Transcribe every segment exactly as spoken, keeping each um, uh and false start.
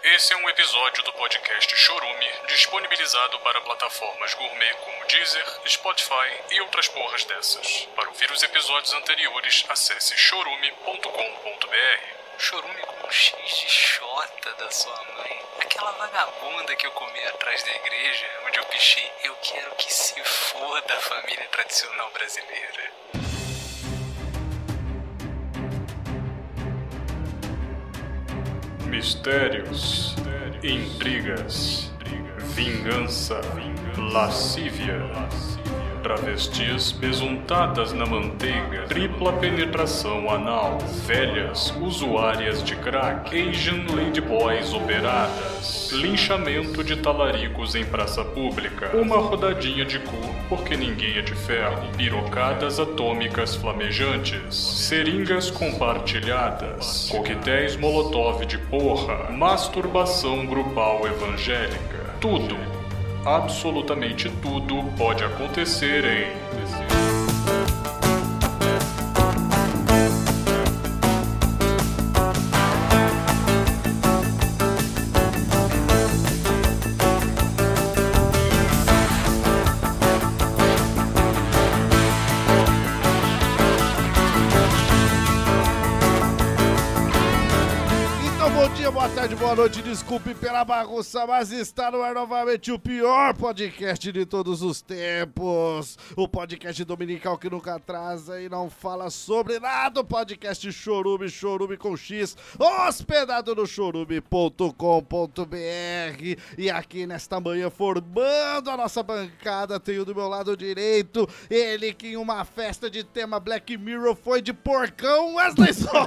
Esse é um episódio do podcast Chorume, disponibilizado para plataformas gourmet como Deezer, Spotify e outras porras dessas. Para ouvir os episódios anteriores, acesse chorume ponto com ponto b r. Chorume com um X de xota da sua mãe. Aquela vagabunda que eu comi atrás da igreja, onde eu pichei "Eu quero que se foda a família tradicional brasileira". Mistérios, intrigas, vingança, lascívia, travestis besuntadas na manteiga, tripla penetração anal, velhas usuárias de crack, Asian ladyboys operadas, linchamento de talaricos em praça pública, uma rodadinha de cu porque ninguém é de ferro, pirocadas atômicas flamejantes, seringas compartilhadas, coquetéis molotov de porra, masturbação grupal evangélica, tudo, absolutamente tudo pode acontecer em... Boa tarde, boa noite, desculpe pela bagunça, mas está no ar novamente o pior podcast de todos os tempos. O podcast dominical que nunca atrasa e não fala sobre nada. O podcast Chorume, Chorume com X, hospedado no chorume ponto com ponto b r. E aqui nesta manhã, formando a nossa bancada, tenho do meu lado direito ele que em uma festa de tema Black Mirror foi de porcão, Wesley Sol.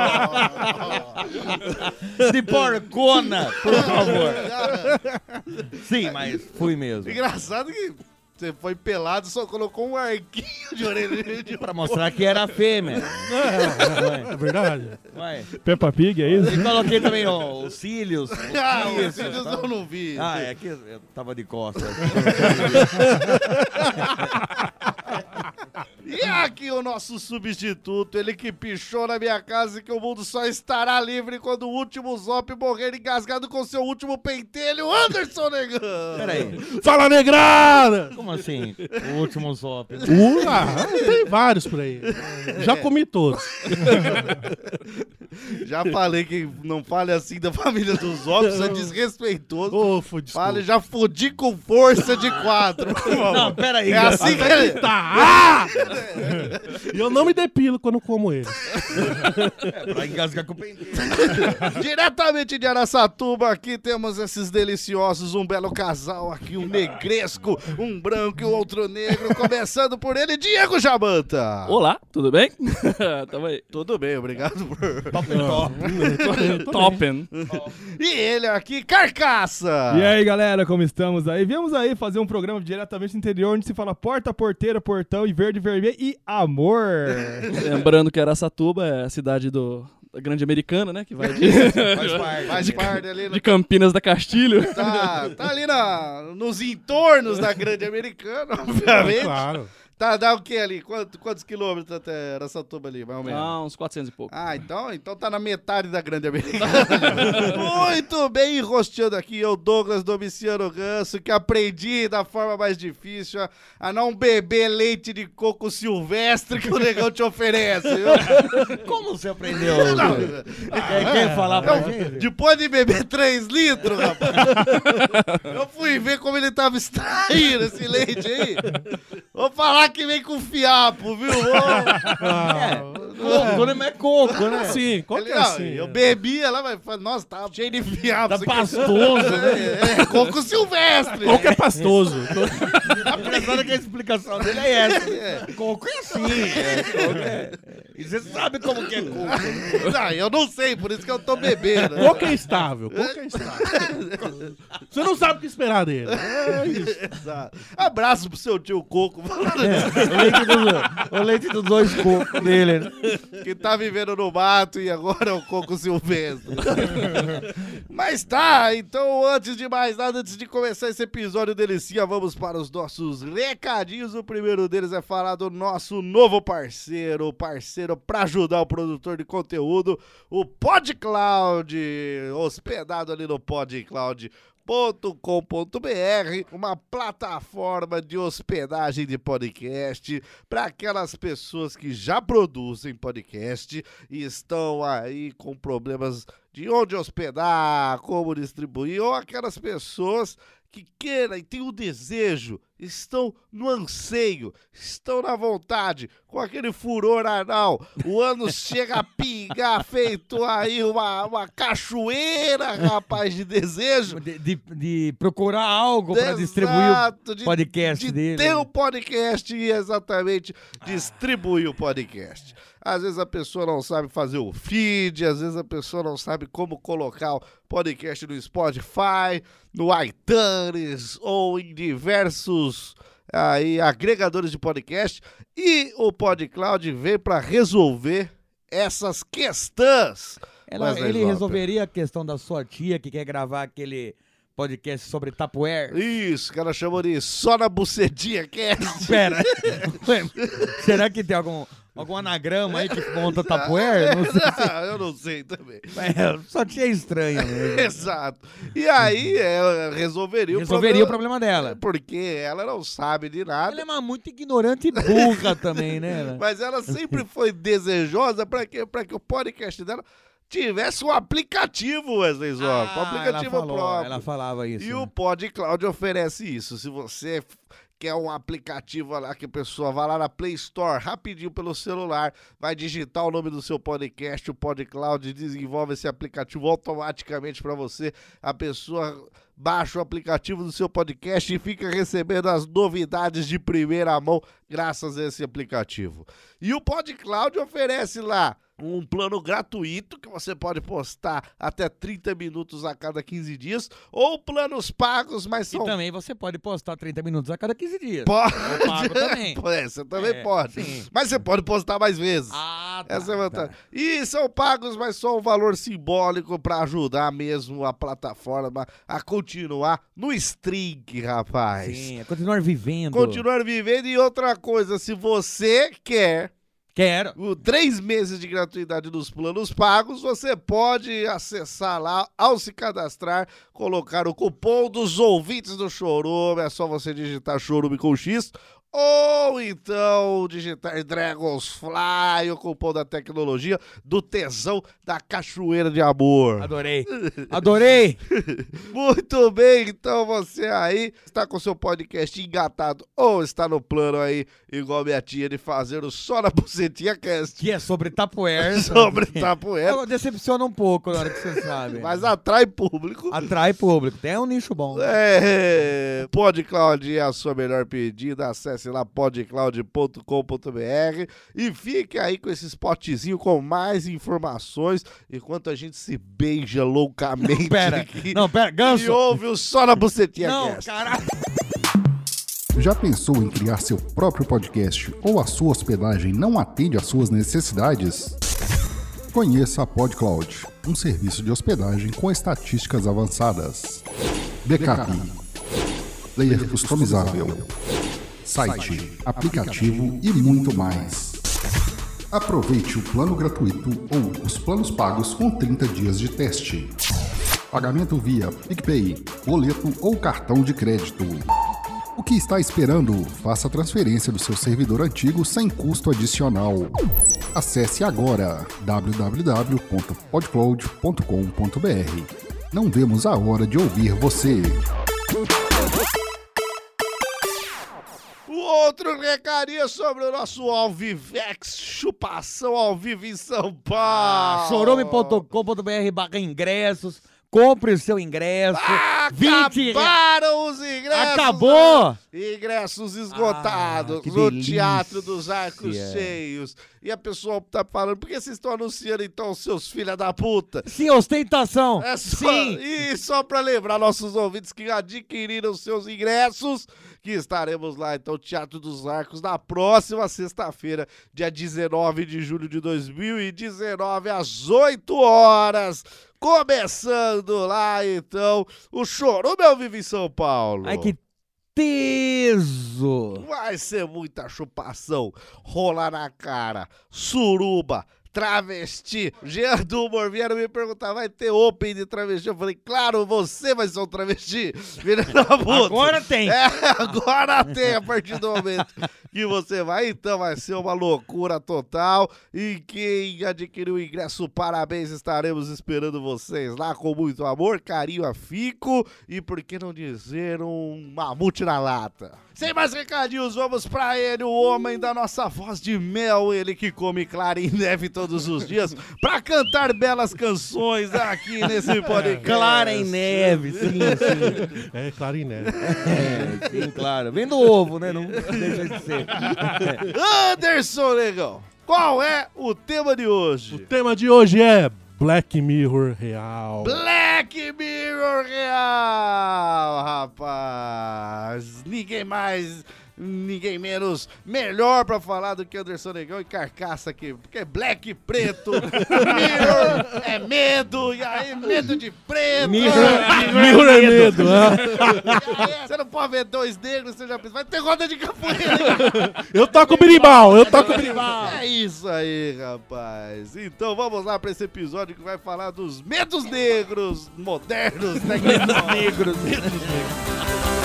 De porcona, por favor. Sim, mas fui mesmo. Engraçado que você foi pelado, só colocou um arquinho de orelha de Pra mostrar que era fêmea. É, é verdade. Ué. Peppa Pig, é isso? E coloquei também ó, os cílios. Os Ah, os piercings, cílios tá? eu não vi. Ah, é que eu tava de costas. E aqui o nosso substituto, ele que pichou na minha casa e que o mundo só estará livre quando o último Zop morrer engasgado com seu último pentelho, Anderson Negão. Peraí, Fala, negrada! como assim? O último Zop? Uh, ah, tem vários por aí. Já comi todos. Já falei que não fale assim da família dos Zop, isso é desrespeitoso. Ô, oh, desculpa. Fale, já fodi com força de quatro. Não, peraí. É assim que ele Tá! Ah! E eu não me depilo quando como ele. É, pra engasgar com o pentelho. Diretamente de Araçatuba, aqui temos esses deliciosos, um belo casal aqui, um negresco, um branco e o outro negro, começando por ele, Diego Jabanta. Olá, tudo bem? Tamo aí. Tudo bem, obrigado por... Top, top. Topen. E ele aqui, Carcaça. E aí, galera, como estamos aí? Viemos aí fazer um programa diretamente do interior, onde se fala porta, porteira, portão e verde, vermelho e amor. Lembrando que Araçatuba é a cidade do, da Grande Americana, né? Que vai de, Faz parte. Faz parte ali, no, de Campinas da Castilho. tá, tá ali na, nos entornos da Grande Americana, obviamente. Claro. Tá, dá o que ali? Quanto, quantos quilômetros até Araçatuba ali, mais ou menos? Ah, uns quatrocentos e pouco. Ah, então, então tá na metade da Grande Americana. Muito bem, rosteando aqui eu, Douglas Domiciano Ganso, que aprendi da forma mais difícil a, a não beber leite de coco silvestre que o negão te oferece. Viu? Como você aprendeu? Quer, quer falar pra Eu, gente? depois de beber três litros, rapaz, eu fui ver como ele tava extraindo esse leite aí. Vou falar que vem com fiapo, viu? Ah, Coco, né? Mas é coco, né? Sim, qual Ele, que é não, assim? eu bebia lá, mas falei, nossa, tá cheio de fiapo. Tá isso aqui. pastoso, né? É, é, coco silvestre. Qual que é pastoso? Apesar que a explicação dele é essa. Coco é assim. É, coco é... E você sabe como que é coco. Né? Não, eu não sei, por isso que eu tô bebendo. Qual que é estável? Qual que é estável? Você não sabe o que esperar dele. É isso. Exato. Abraço pro seu tio Coco, O leite, dos, o leite dos dois cocos dele, né? que tá vivendo no mato e agora é o coco silvestre. Mas tá, então antes de mais nada, antes de começar esse episódio delicinha, vamos para os nossos recadinhos. O primeiro deles é falar do nosso novo parceiro, o parceiro parceiro para ajudar o produtor de conteúdo, o PodCloud, hospedado ali no podcloud ponto com ponto b r, uma plataforma de hospedagem de podcast para aquelas pessoas que já produzem podcast e estão aí com problemas de onde hospedar, como distribuir, ou aquelas pessoas que queiram e têm o desejo, estão no anseio, estão na vontade, com aquele furor anal, o ano chega a pingar, feito aí uma, uma cachoeira, rapaz, de desejo. De, de, de procurar algo para distribuir o podcast de, de dele. ter um podcast e exatamente distribuir o podcast. Às vezes a pessoa não sabe fazer o feed, às vezes a pessoa não sabe como colocar o podcast no Spotify, no iTunes ou em diversos aí, agregadores de podcast. E o PodCloud veio para resolver essas questões. Ela, ele resolveria a questão da sua tia que quer gravar aquele podcast sobre Tupperware? Isso, que ela chamou de Só na Bucetinha Cast. Pera, será que tem algum... Algum anagrama aí que monta Tupperware? Não sei se... Eu não sei também. É, só tinha estranho mesmo. Exato. E aí, ela resolveria, resolveria o, problema, o problema dela. Porque ela não sabe de nada. Ela é uma muito ignorante e burra também, né? Mas ela sempre foi desejosa para que, pra que o podcast dela tivesse um aplicativo, Wesley Zop. Ah, um aplicativo ela falou, próprio. Ela falava isso. E né? o PodCloud oferece isso. Se você quer um aplicativo lá que a pessoa vai lá na Play Store, rapidinho pelo celular, vai digitar o nome do seu podcast, o PodCloud desenvolve esse aplicativo automaticamente para você. A pessoa baixa o aplicativo do seu podcast e fica recebendo as novidades de primeira mão graças a esse aplicativo. E o PodCloud oferece lá um plano gratuito que você pode postar até trinta minutos a cada quinze dias, ou planos pagos, mas são... E também você pode postar trinta minutos a cada quinze dias. Pode. Eu pago também. É, você também É, pode. sim. Mas você pode postar mais vezes. Ah, tá. Essa é a vantagem. tá. E são pagos, mas só um valor simbólico para ajudar mesmo a plataforma a continuar no stream, rapaz. Sim, é continuar vivendo. Continuar vivendo. E outra coisa, se você quer Quero. o três meses de gratuidade dos planos pagos, você pode acessar lá, ao se cadastrar, colocar o cupom dos ouvintes do Chorume. É só você digitar Chorume com X, ou então digitar Dragonfly, o cupom da tecnologia, do tesão, da cachoeira de amor. Adorei. Adorei. Muito bem, então você aí está com seu podcast engatado ou está no plano aí, igual minha tia, de fazer o Só na Bucetinha Cast. Que é sobre Tupperware. Sobre Tupperware. Decepciona um pouco na hora que você sabe. Mas atrai público. Atrai público. Tem um nicho bom. É, PodCloud é a sua melhor pedida. Acesse lá podcloud ponto com ponto b r e fique aí com esse spotzinho com mais informações enquanto a gente se beija loucamente. Não, pera. Aqui Não, pera. Ganso. e ouve o Só na Bucetinha Não, Cast. caralho. Já pensou em criar seu próprio podcast ou a sua hospedagem não atende às suas necessidades? Conheça a PodCloud, um serviço de hospedagem com estatísticas avançadas. Backup, player customizável, site, aplicativo e muito mais. Aproveite o plano gratuito ou os planos pagos com trinta dias de teste. Pagamento via PicPay, boleto ou cartão de crédito. O que está esperando? Faça a transferência do seu servidor antigo sem custo adicional. Acesse agora w w w ponto podcloud ponto com ponto b r. Não vemos a hora de ouvir você. O outro recadinho sobre o nosso Alvivex, chupação ao vivo em São Paulo. chorume ponto com ponto b r barra ingressos. Compre o seu ingresso. vinte Acabaram os ingressos. Acabou! Né? Ingressos esgotados Ah, que no delícia. Teatro dos Arcos Cheios. E a pessoa tá falando, por que vocês estão anunciando então, seus filha da puta? Sim, ostentação. É só, Sim. E só pra lembrar nossos ouvintes que adquiriram seus ingressos, que estaremos lá, então, Teatro dos Arcos, na próxima sexta-feira, dia dezenove de julho de dois mil e dezenove, às oito horas. Começando lá, então, o Chorume ao vivo em São Paulo. Ai, que teso. Vai ser muita chupação, rolar na cara, suruba, travesti. Jean do Humor vieram me perguntar, vai ter open de travesti? Eu falei, claro, você vai ser um travesti. Virando a puta. Agora tem. É, agora tem, a partir do momento que você vai. Então vai ser uma loucura total. E quem adquiriu o ingresso, parabéns, estaremos esperando vocês lá com muito amor, carinho, afinco e, por que não dizer, um mamute na lata. Sem mais recadinhos, vamos pra ele, o homem da nossa voz de mel, ele que come clara em neve todos os dias, pra cantar belas canções aqui nesse podcast. Clara em neve, sim, sim. É, clara em neve. É, sim, claro. Vem do ovo, né? Não deixa de ser. Anderson Negão, qual é o tema de hoje? O tema de hoje é Black Mirror real. Black Mirror real, rapaz. Ninguém mais, ninguém menos, melhor pra falar do que Anderson Negão e Carcaça aqui. Porque é black preto, Mirror é medo, e aí medo de preto. Mirror, Mirror é medo, né? Você não pode ver dois negros, você já pensa, vai ter roda de capoeira. Eu toco berimbau, eu toco berimbau. É isso aí, rapaz. Então vamos lá pra esse episódio que vai falar dos medos negros modernos. Né? Medos negros. Medos negros.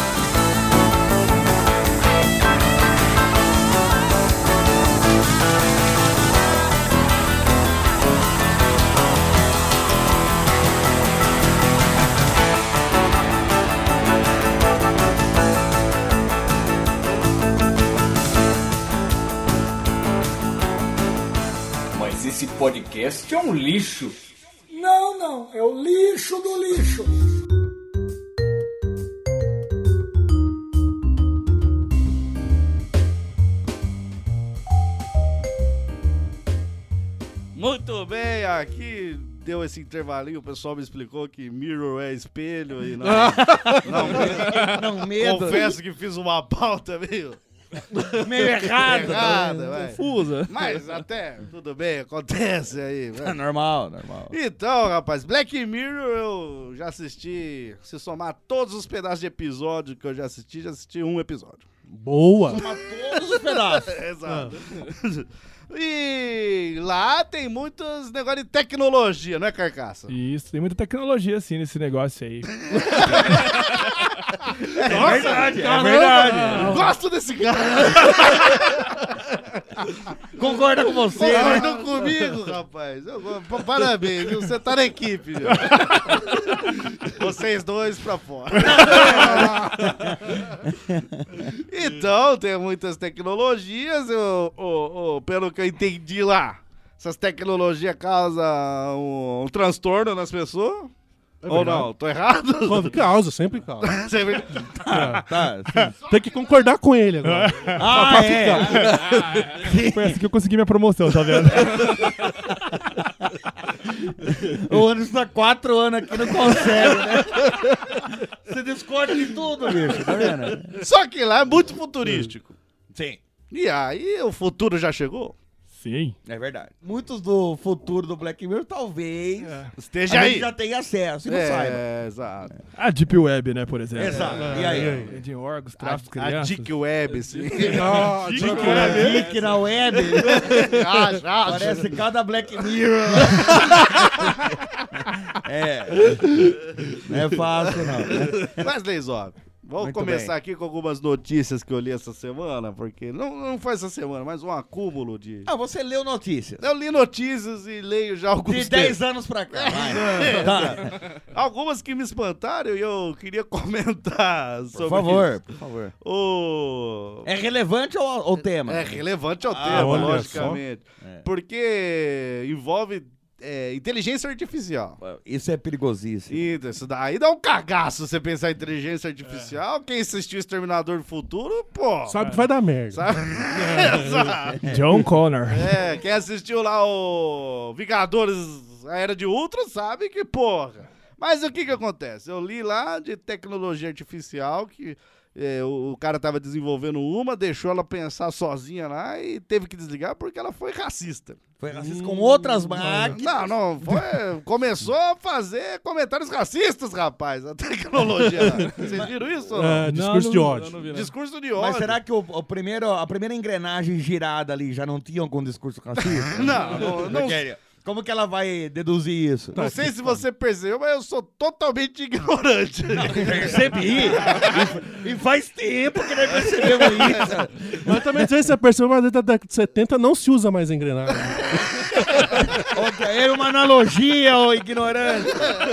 Esse podcast é um lixo. Não, não, é o lixo do lixo. Muito bem, aqui deu esse intervalinho, o pessoal me explicou que mirror é espelho e não... não, medo. Não, medo. Confesso que fiz uma pauta meio... Meio errado. Errada, vai. Confusa. Mas até, tudo bem, acontece aí. É normal, normal. Então, rapaz, Black Mirror eu já assisti, se somar todos os pedaços de episódio que eu já assisti, já assisti um episódio. Boa. Somar todos os pedaços. Exato. E lá tem muitos negócios de tecnologia, não é, Carcaça? Isso, tem muita tecnologia assim nesse negócio aí. É verdade, é verdade. Gosto desse cara. Concorda com você, né? Concorda comigo, rapaz. Eu, p- parabéns, viu? Você tá na equipe, viu? Vocês dois pra fora. Então, tem muitas tecnologias, eu, eu, eu, pelo que eu entendi lá, essas tecnologias causam um, um transtorno nas pessoas. É Ou não? Tô errado? Quando causa, sempre causa. Sempre... Tá, tá. Tem que concordar com ele agora. Ah, pra é. ficar. Foi assim que eu consegui minha promoção, tá vendo? O Anderson tá quatro anos aqui, não consegue, né? Você discorda de tudo, bicho, tá vendo? Só que lá é muito futurístico. Sim. E aí, o futuro já chegou? Sim. É verdade. Muitos do futuro do Black Mirror, talvez, Esteja a aí. gente já tenha acesso e não é, saiba. exato. A Deep Web, né, por exemplo. Exato. E aí? De órgãos, tráfico, A, a crianças. Dick Web, sim. Ah, Dick Web. Dick na web. Acho, acho. Parece cada Black Mirror. É. Não é fácil, não. Wesley Zop, vamos Muito começar bem. aqui com algumas notícias que eu li essa semana, porque não, não foi essa semana, mas um acúmulo de... Ah, você leu notícias. Eu li notícias e leio já alguns De textos. dez anos pra cá. Vai. Tá. Algumas que me espantaram e eu queria comentar sobre Por favor, isso. por favor. O... É relevante ao, ao tema? É relevante ao Ah, tema, olha logicamente. É. Porque envolve é, inteligência artificial. Isso é perigosíssimo. E isso daí dá um cagaço você pensar em inteligência artificial. Quem assistiu Exterminador do Futuro, pô. Sabe que vai dar merda. Sabe? Exato. John Connor. É, quem assistiu lá o Vingadores, a Era de Ultron, sabe que porra. Mas o que que acontece? Eu li lá de tecnologia artificial que É, o, o cara tava desenvolvendo uma, deixou ela pensar sozinha lá e teve que desligar porque ela foi racista. Foi racista com outras máquinas. Não, não, foi, começou a fazer comentários racistas, rapaz, a tecnologia lá. Vocês viram isso? Ou não? É, discurso Não, de não- ódio. eu não vi, não. Discurso de ódio. Mas será que o, o primeiro, a primeira engrenagem girada ali já não tinham com discurso racista? Não, não, não, Porque, como que ela vai deduzir isso? não sei se você percebeu, mas eu sou totalmente ignorante. Percebi. e, e faz tempo que nós percebemos isso. Mas também, não sei se você percebeu, mas desde a década de setenta não se usa mais engrenagem. Ok, era uma analogia, ô ignorante.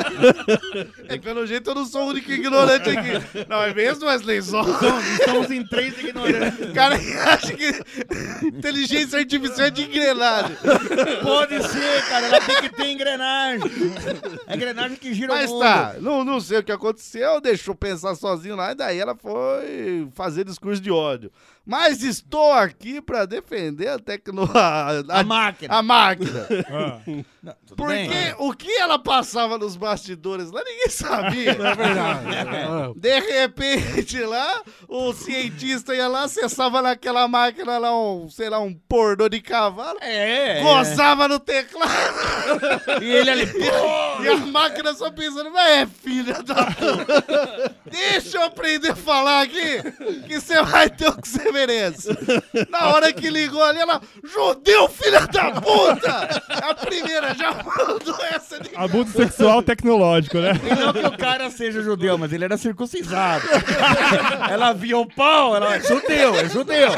É, pelo jeito eu não sou o único ignorante aqui. Não, é mesmo, Wesley? Só... Estamos em três ignorantes. O cara acha que inteligência artificial é de engrenagem. Pode ser, cara. Ela tem que ter engrenagem. A engrenagem que gira Mas o mundo. tá, não, não sei o que aconteceu, deixou pensar sozinho lá e daí ela foi fazer discurso de ódio. Mas estou aqui pra defender a tecnologia. A máquina. A máquina. Não, tudo Porque bem. o que ela passava nos bastidores lá, ninguém sabia. É verdade. De repente lá, o cientista ia lá, acessava naquela máquina lá, um, sei lá, um pornô de cavalo, É. gozava no teclado. é. E ele ali. E a máquina só pensando, mas é filha da puta. Deixa eu aprender a falar aqui, que você vai ter o que você merece. Na hora que ligou ali, ela, judeu, filha da puta! A primeira já mandou essa de... Abuso sexual tecnológico, né? E não que o cara seja judeu, mas ele era circuncisado. Ela via o pau, ela é judeu, é judeu.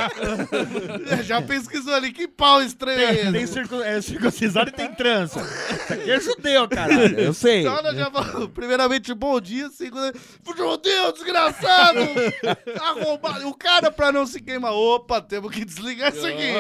Já pesquisou ali, que pau estranho é Tem, esse? tem circun, é circuncisado e tem trança. Isso aqui é judeu, caralho, eu sei. Então ela já falou, primeiramente, bom dia, segunda, judeu, desgraçado, arrombado. O cara, pra não se queimar, opa, temos que desligar isso aqui.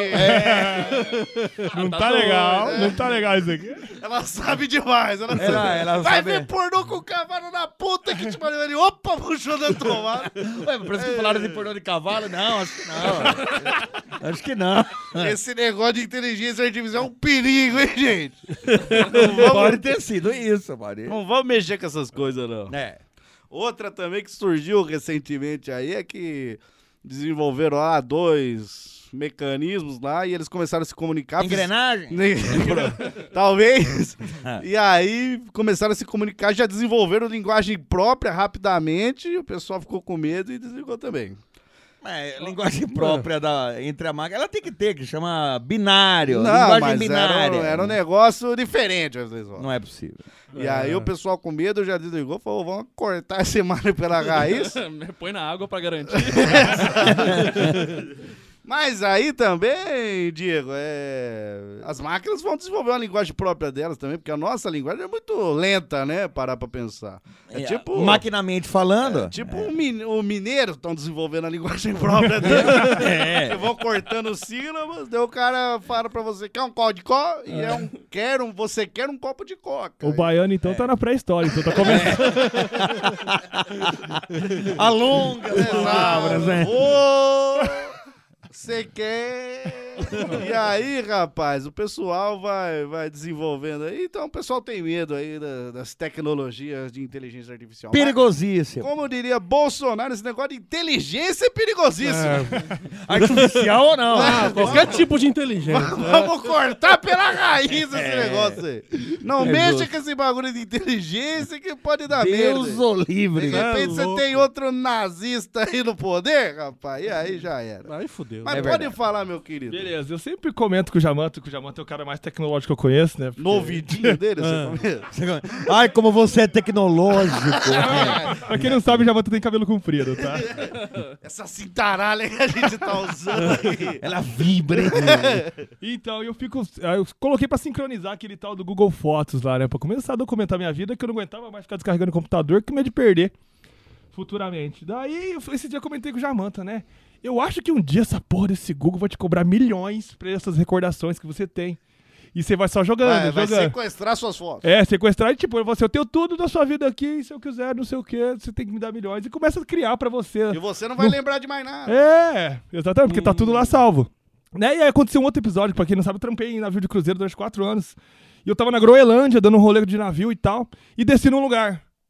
Não tá legal, não tá legal isso aqui. Ela sabe demais, ela, Ela- sabe. ela Vai sabe- ver pornô com o cavalo na puta que te pariu. Ele, opa, puxou da tomada. Ué, parece que falaram de pornô de cavalo. Não, acho que não. Acho que não. Esse negócio de inteligência artificial é um perigo, hein, gente? Não vamos, Pode ter sido isso, pode. não vamos mexer com essas coisas, não. É. Outra também que surgiu recentemente aí é que desenvolveram lá dois mecanismos lá e eles começaram a se comunicar. Engrenagem? Talvez. E aí começaram a se comunicar, já desenvolveram linguagem própria rapidamente e o pessoal ficou com medo e desligou também. É, linguagem própria da, entre a máquina, ela tem que ter, que chama binário. Não, linguagem mas binária. Era, um- era um negócio diferente. Às vezes, ó. Não é possível. E aí o pessoal com medo já desligou, falou, vamos cortar esse mato pela raiz. Põe na água pra garantir. Mas aí também, Diego, é... as máquinas vão desenvolver uma linguagem própria delas também, porque a nossa linguagem é muito lenta, né? Parar pra pensar. É, É, tipo... maquinamente falando. É, tipo um min... o mineiro estão desenvolvendo a linguagem própria deles. É. Você vão cortando sílabas, daí o cara fala pra você, quer um copo de coca? E é um, quer um, você quer um copo de coca. O baiano, então, tá na pré-história, então tá começando. Alonga as palavras, né? Ô, você quer... E aí, rapaz, o pessoal vai, vai desenvolvendo aí. Então, o pessoal tem medo aí da- das tecnologias de inteligência artificial. Perigosíssimo. Mas, como diria Bolsonaro, esse negócio de inteligência é perigosíssimo. Artificial ou não? Ah, qualquer tipo de inteligência. Vamos cortar pela raiz esse negócio aí. Não É mexa justo. com esse bagulho de inteligência que pode dar Deus merda. o De livre. repente você louco. tem outro nazista aí no poder, rapaz, e aí já era. Aí fudeu. Mas É pode verdade. falar, meu querido. Beleza, eu sempre comento com o Jamanta, que o Jamanta é o cara mais tecnológico que eu conheço, né? No ouvidinho dele, Ah. você come? Ai, como você é tecnológico. Pra quem não sabe, o Jamanta tem cabelo comprido, tá? Essa cintaralha que a gente tá usando aqui. Ela vibra, hein? Então, eu fico. Eu coloquei pra sincronizar aquele tal do Google Fotos lá, né? Pra começar a documentar minha vida, que eu não aguentava mais ficar descarregando o computador, com medo de perder futuramente. Daí, eu- esse dia eu comentei com o Jamanta, né? Eu acho que um dia essa porra desse Google vai te cobrar milhões pra essas recordações que você tem. E você vai só jogando, Vai, vai jogando. sequestrar suas fotos. É, sequestrar e tipo, você, eu tenho tudo da sua vida aqui, se eu quiser, não sei o que, você tem que me dar milhões. E começa a criar pra você. E você não vai Não- lembrar de mais nada. É, exatamente, porque tá tudo lá salvo. Né? E aí aconteceu um outro episódio, pra quem não sabe, eu trampei em navio de cruzeiro durante quatro anos. E eu tava na Groenlândia, dando um rolê de navio e tal, e desci num lugar.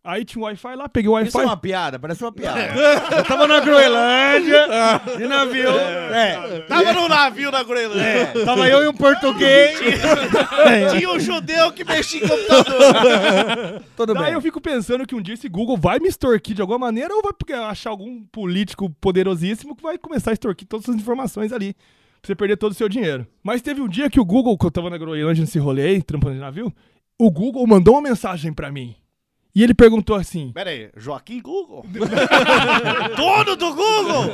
Aí tinha um Wi-Fi lá, peguei o Wi-Fi. Isso é uma piada, parece uma piada. Eu tava na Groenlândia, de navio. É. Tava no navio na Groenlândia. É. Tava eu e um português. Tinha um judeu que mexia em computador. Tudo Daí bem. eu fico pensando que um dia esse Google vai me extorquir de alguma maneira ou vai achar algum político poderosíssimo que vai começar a extorquir todas as informações ali. Pra você perder todo o seu dinheiro. Mas teve um dia que o Google, que eu tava na Groenlândia nesse rolê aí, trampando de navio, o Google mandou uma mensagem pra mim. E ele perguntou assim... Pera aí, Joaquim Google? Dono do Google?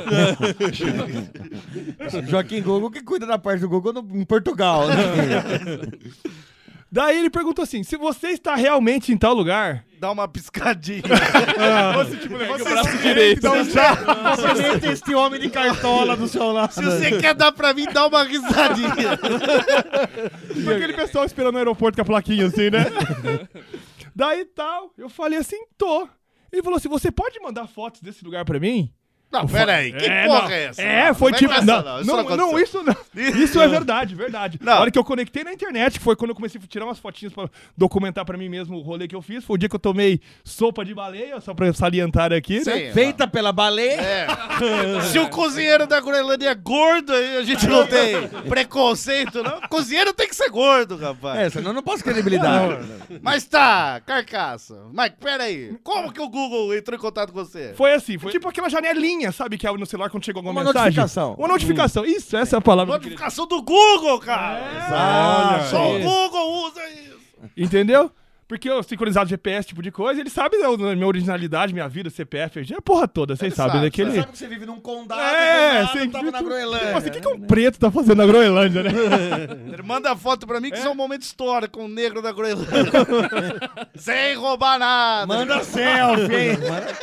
Joaquim Google que cuida da parte do Google no, em Portugal. Né? Daí ele perguntou assim, se você está realmente em tal lugar... Dá uma piscadinha. Você, tipo, levanta o braço direito. Dá um chá. Você este homem de cartola do seu lado. Se você quer dar pra mim, dá uma risadinha. E aquele pessoal esperando no aeroporto com a plaquinha assim, né? Daí tal, eu falei assim, tô. Ele falou assim, você pode mandar fotos desse lugar pra mim? Não, peraí, que é, porra não. é essa? É, não, foi não tipo... essa, Não, não, isso não, não, não, isso não. Isso é verdade, verdade. Não. A hora que eu conectei na internet, que foi quando eu comecei a tirar umas fotinhas pra documentar pra mim mesmo o rolê que eu fiz. Foi o dia que eu tomei sopa de baleia, só pra salientar aqui, Sim, né? Feita pela baleia. É. Se o cozinheiro da Groenlândia é gordo, aí a gente não tem preconceito, não. O cozinheiro tem que ser gordo, rapaz. É, senão eu não posso credibilidade. Mas tá, carcaça. Mas peraí, como que o Google entrou em contato com você? Foi assim, foi tipo aquela janelinha, sabe, que abre no celular quando chega alguma Uma mensagem. notificação. Uma notificação. Isso, essa é a palavra. que eu queria. Notificação do Google, cara. Ah, Só olha o Google usa isso. Entendeu? Porque eu sincronizado G P S, tipo de coisa, ele sabe a minha originalidade, minha vida, C P F, a porra toda, vocês sabem, sabe, né? Que Você ele... sabe que você vive num condado, É, do você nada, tava na Groenlândia. Nossa, o que, que um preto tá fazendo na Groenlândia, né? Ele manda foto pra mim que isso é um momento histórico com o negro da Groenlândia. Sem roubar nada. Manda selfie, hein?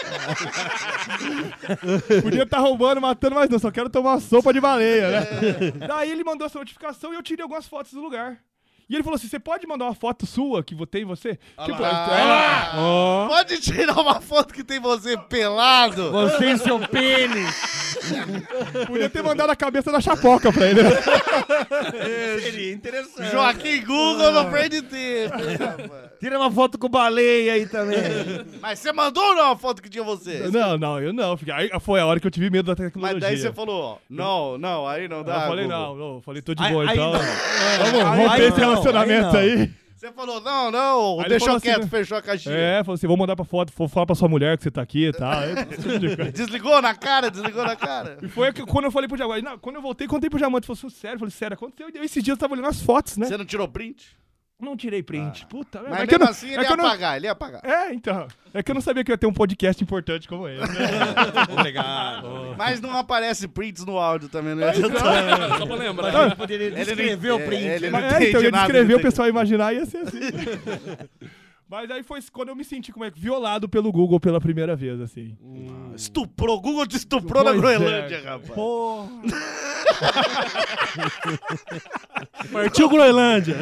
Podia estar roubando, matando, mas não, só quero tomar uma sopa de baleia, né? Daí ele mandou essa notificação e eu tirei algumas fotos do lugar. E ele falou assim, você pode mandar uma foto sua que tem você? Tipo, lá. é, ó. Pode tirar uma foto que tem você pelado. Você e seu pênis. Podia ter mandado a cabeça da chapoca pra ele. Seria interessante. Joaquim Google não perde tempo. Tira uma foto com baleia aí também. Mas você mandou ou não a foto que tinha você? Não, não, eu não. Aí foi a hora que eu tive medo da tecnologia. Mas daí você falou, não, não, aí não dá. Eu falei, Google. não, não, eu falei, tô de Aí- boa, aí então. não. Vamos Aí romper esse não, relacionamento aí não. aí. Você falou, não, não, Aí ele deixou falou assim, quieto, né? fechou a caixinha. É, falou assim, vou mandar pra foto, vou falar pra sua mulher que você tá aqui e tal. Aí, esse tipo de coisa. Desligou na cara, desligou na cara. E foi que- quando eu falei pro Jaguar, não, quando eu voltei, contei pro Jamante, falou assim, sério, eu falei, sério, aconteceu? E esses dias eu tava olhando as fotos, né? Você não tirou print? Não tirei print, puta. Mas é mesmo que eu não- assim é ele que ia eu não- apagar, ele ia apagar. É, então. É que eu não sabia que eu ia ter um podcast importante como esse. Né? Obrigado. Mas não aparece prints no áudio também, né? Só pra lembrar. Ele poderia descrever o print. ele né? não Mas, é, então eu entende ia nada descrever, de o pessoal ia imaginar e ia ser assim. Mas aí foi quando eu me senti como é que violado pelo Google pela primeira vez, assim. Estuprou, o Google te estuprou na Pois Groenlândia, é. rapaz. Porra. Partiu Groenlândia.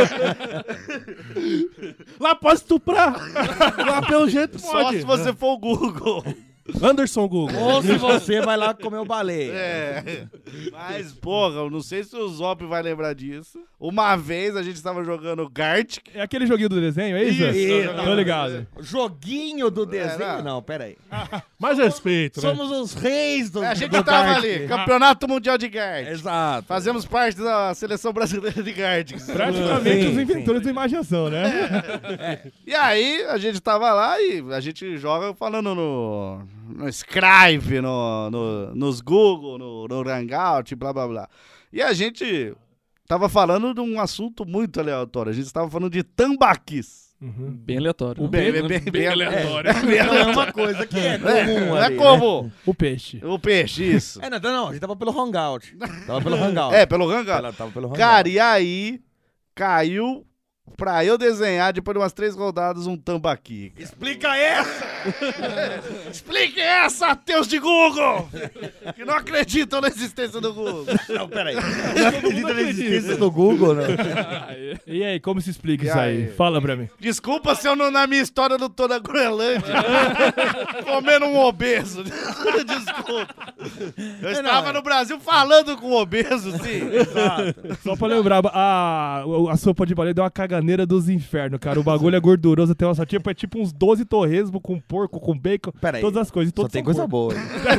Lá pode estuprar. Lá pelo jeito Só pode. se você for o Google. Anderson Google. Ou se você vai lá comer o baleia. É. Mas, porra, eu não sei se o Zop vai lembrar disso. Uma vez a gente tava jogando Gartic. É aquele joguinho do desenho, é isso? Isso, Tô ligado. Joguinho do desenho? É, não. não, peraí. Mais respeito, né? Somos os reis do A gente do tava Gartic. ali, Campeonato Mundial de Gartic. Exato. Fazemos parte da seleção brasileira de Gartic. Praticamente Sim, os sim. inventores da imaginação, né? E aí, a gente tava lá e a gente joga falando no, no Skype, no, no, nos Google, no, no Hangout, blá blá blá. E a gente tava falando de um assunto muito aleatório. A gente tava falando de tambaquis. Bem aleatório. O Bem, pe- bem, bem, bem aleatório. Não é uma coisa que é comum É, não é ali, como O peixe. o peixe, isso. né? É, não, não, a gente tava pelo Hangout. Tava pelo Hangout. É, pelo Hangout. Ela tava pelo Hangout. Cara, e aí caiu pra eu desenhar, depois de umas três rodadas, um tambaqui. Explica essa! Explique essa, ateus de Google! Que não acreditam na existência do Google. Não, peraí. Não acredita na existência do Google, né? E aí, como se explica E isso aí? aí? Fala pra mim. Desculpa se eu não, na minha história, não tô na Groenlândia comendo um obeso. Desculpa. Eu estava é. no Brasil falando com um obeso, sim. Exato. Só pra lembrar, a, a sopa de baleia deu uma cagada caganeira dos infernos, cara. O bagulho é gorduroso, tem uma só tipo, é tipo uns doze torresmo com porco, com bacon, Pera aí, todas as coisas. Só tem coisa boa.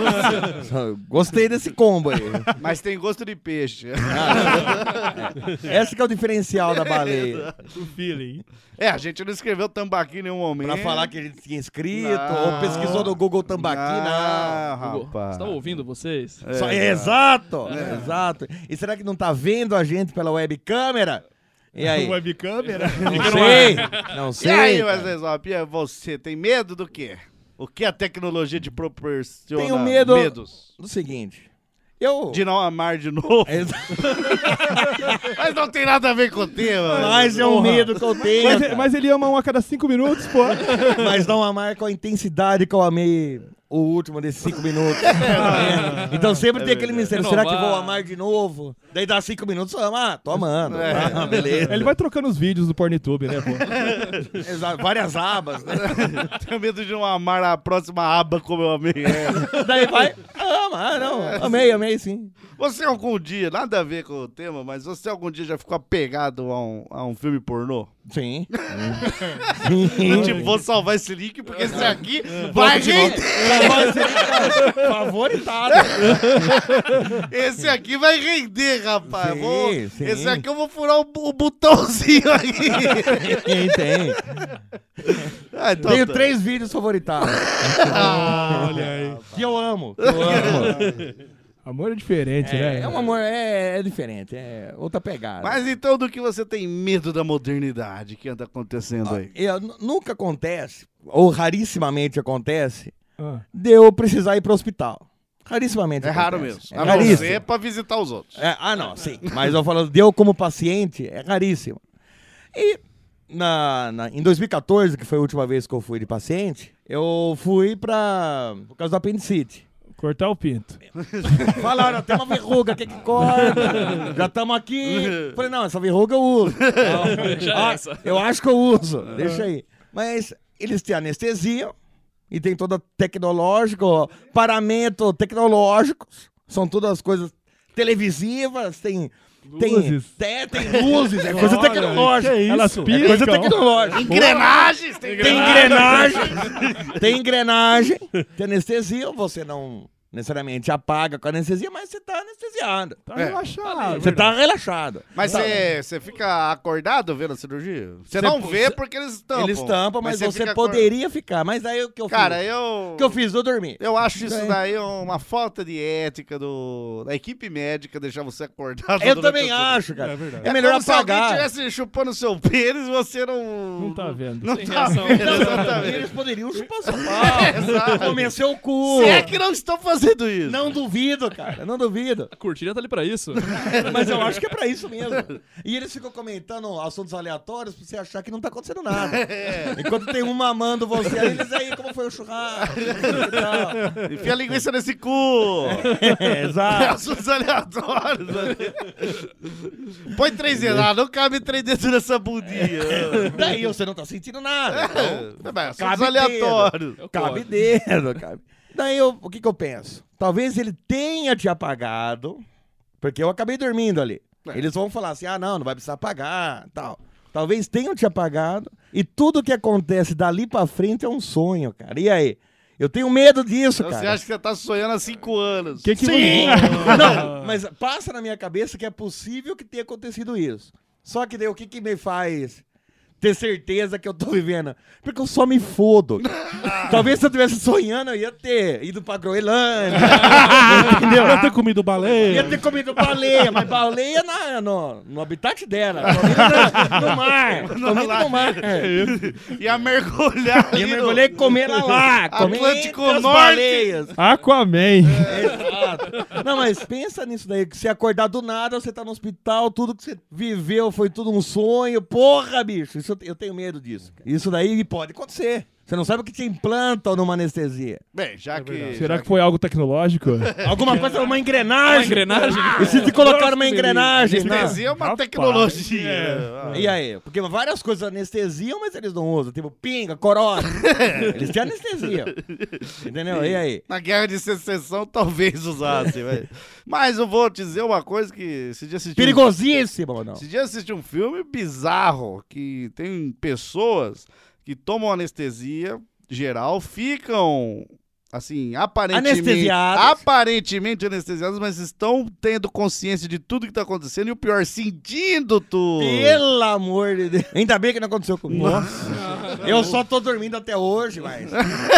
Gostei desse combo aí. Mas tem gosto de peixe. É. Esse que é o diferencial da baleia. O feeling. É, a gente não escreveu tambaqui em nenhum momento. Pra falar que a gente tinha escrito, Não. ou pesquisou no Google tambaqui, Ah, não. Google, rapaz. estão ouvindo vocês? É, Só- exato, exato. E será que não tá vendo a gente pela webcâmera? E aí? Webcâmera? Não sei, não E sei. aí, cara. Wesley Zop, e você tem medo do quê? O que a tecnologia te proporciona? Tenho medo Medos? do seguinte. Eu... De não amar de novo. Mas não tem nada a ver com o tema. Mas é um medo que eu tenho. Mas, cara. mas ele ama um a cada cinco minutos, pô. Mas não amar com a intensidade que eu amei o último desses cinco minutos. Então sempre tem aquele mistério. Será que vou amar de novo? Daí dá cinco minutos, ama. Ah, tô amando. Ah, beleza. Ele vai trocando os vídeos do Pornitube, né, pô? Exato, várias abas, né? Tenho medo de não amar a próxima aba como eu amei ela. Daí vai, ama, ah, não. Amei, amei sim. Você algum dia, nada a ver com o tema, mas você algum dia já ficou apegado a um, a um filme pornô? Sim. Eu, tipo, vou salvar esse link porque esse aqui vai render. Favoritado. Esse aqui vai render, rapaz. Sim, Vou- sim. Esse aqui eu vou furar o, bu- o botãozinho aqui. Tem, tem. Ah, então Tenho tá. três vídeos favoritados. Ah, olha aí. Que eu amo. Que eu amo. Amor é diferente, É, né? é um amor, é, é diferente, é outra pegada. Mas então do que você tem medo da modernidade que anda acontecendo aí? Eu, n- nunca acontece, ou rarissimamente acontece, Ah. de eu precisar ir pro hospital. Rarissimamente É raro acontece. mesmo. É A não raríssimo. ser pra visitar os outros. É, ah, não, sim. Mas eu falando, de eu como paciente, é raríssimo. E na, na- em dois mil e catorze, que foi a última vez que eu fui de paciente, eu fui pra... por causa do apendicite. Cortar o pinto. Falaram, tem uma verruga, o que que corta? Já estamos aqui. Falei, não, essa verruga eu uso. Ah, eu acho que eu uso, deixa aí. Mas eles têm anestesia e tem toda tecnológico, paramento tecnológicos, são todas as coisas televisivas, tem... Tem, Luzes. tem, tem luzes, é coisa Olha, tecnológica. que isso? Elas É piscam. coisa tecnológica. Engrenagens! Tem Tem engrenagem, tem engrenagem, tem anestesia, você não necessariamente apaga com anestesia, mas você tá anestesiado. Tá É. relaxado. Você tá relaxado. Mas Tá. você você fica acordado vendo a cirurgia? Você não Cê- vê porque eles tampam. Eles tampam, mas, você você fica acor- poderia ficar. Mas aí o que eu Cara, fiz? eu... O que eu fiz? Eu dormi. Eu acho isso Daí- daí uma falta de ética do, da equipe médica deixar você acordado. Eu durante também a cirurgia. É acho, cara. verdade. É melhor como se alguém apagar. estivesse chupando seu pênis e você não... Não tá vendo. Não Sem tá reação. vendo, Não, exatamente. eles poderiam chupar seu pau. Comer seu cu. Se é que não estão fazendo isso. Não duvido, cara. Não duvido. A cortina tá ali pra isso. Mas eu acho que é pra isso mesmo. E eles ficam comentando assuntos aleatórios pra você achar que não tá acontecendo nada. Enquanto tem um mamando você, aí eles aí, como foi o churrasco? E tal. Enfia a linguiça nesse cu. É, exato. Assuntos aleatórios. né? Põe três dedos lá, não cabe três dedos nessa bundinha. Daí você não tá sentindo nada. Então, É, mas assuntos cabe aleatórios. Eu cabe corto. dedo, cabe. Daí eu, o que que eu penso? Talvez ele tenha te apagado, porque eu acabei dormindo ali. Eles vão falar assim, ah, não, não vai precisar apagar, tal. Talvez tenham te apagado e tudo que acontece dali pra frente é um sonho, cara. E aí? Eu tenho medo disso, Então cara. você acha que você tá sonhando há cinco anos. Que que Sim! você- Não, mas passa na minha cabeça que é possível que tenha acontecido isso. Só que daí o que que me faz ter certeza que eu tô vivendo? Porque eu só me fodo. Talvez se eu estivesse sonhando, eu ia ter ido pra Groenlândia. Entendeu? Eu ter comido Ia baleia. ter comido baleia, mas baleia na, no, no habitat dela. Comida no mar. Comida no mar. Ia mergulhar ali Ia no- mergulhar e comer ela lá. Comer Atlântico entre as Norte. baleias. Aquaman. Exato. Não, mas pensa nisso daí, que se acordar do nada, você tá no hospital, tudo que você viveu foi tudo um sonho. Porra, bicho, isso eu te- eu tenho medo disso. Isso daí pode acontecer. Você não sabe o que te implantam numa anestesia. Bem, já É que... verdade. Será já que foi algo tecnológico? Alguma coisa, uma engrenagem. Uma engrenagem? E se te colocaram uma engrenagem? na- Anestesia é uma Rapaz, tecnologia. é. E aí? Porque várias coisas anestesiam, mas eles não usam. Tipo, pinga, corote. Eles têm anestesia. Entendeu? E aí? Na guerra de secessão, talvez usasse, velho. Mas eu vou te dizer uma coisa que... Esse dia assisti um- Perigosíssimo, não? Esse dia eu assisti um filme bizarro, que tem pessoas que tomam anestesia geral, ficam, assim, aparentemente... Anestesiadas. Aparentemente anestesiadas, mas estão tendo consciência de tudo que tá acontecendo e o pior, sentindo tudo. Pelo amor de Deus. Ainda bem que não aconteceu comigo. Nossa. Eu só tô dormindo até hoje, mas...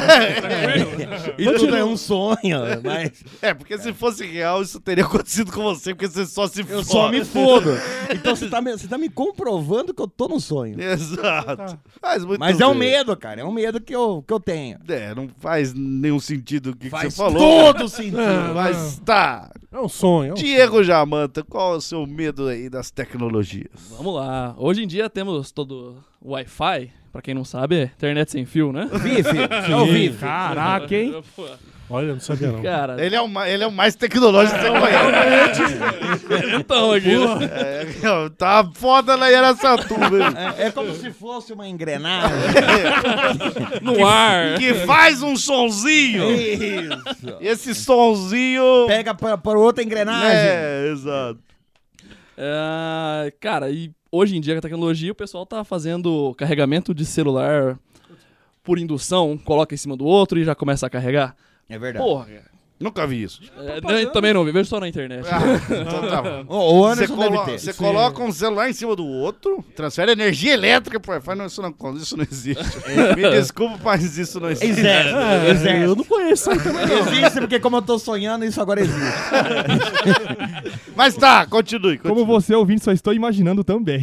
E tudo é um sonho, mas... É, porque se fosse real, isso teria acontecido com você, porque você só se Eu fode. só me fodo. Então você tá, me, você tá me comprovando que eu tô no sonho. Exato. Mas, muito Mas é um bem. medo, cara. É um medo que eu, que eu tenho. É, não faz nenhum sentido o que, que Faz você falou. todo sentido. Mas tá. É um sonho. É um Diego Jamanta, qual é o seu medo aí das tecnologias? Vamos lá. Hoje em dia temos todo o Wi-Fi. Pra quem não sabe, é internet sem fio, né? Vive, é o Vive. Caraca, hein? Pô, Olha, não sabia não. cara, Ele é o, ma- ele é o mais tecnológico que você conhece. então aqui. É, tá foda na Araçatuba, hein? É, é como se fosse uma engrenagem. No ar. Que faz um sonzinho. Isso. Esse sonzinho... Pega para, para outra engrenagem. É, exato. É, cara, e hoje em dia com a tecnologia o pessoal tá fazendo carregamento de celular por indução, coloca em cima do outro e já começa a carregar. É verdade. Porra, cara. Nunca vi isso. É, não, também não vi, vejo só na internet. Ah, então tá bom. O, o Você, Anderson colo- deve ter. você coloca um celular em cima do outro, transfere energia elétrica pro Wi-Fi. Não, isso não, isso não existe. Me desculpa, mas isso não existe. Existe. É, Existe. eu não conheço aí também não. Existe, porque como eu tô sonhando, isso agora existe. Mas tá, continue. continue. Como você ouvinte, só estou imaginando também.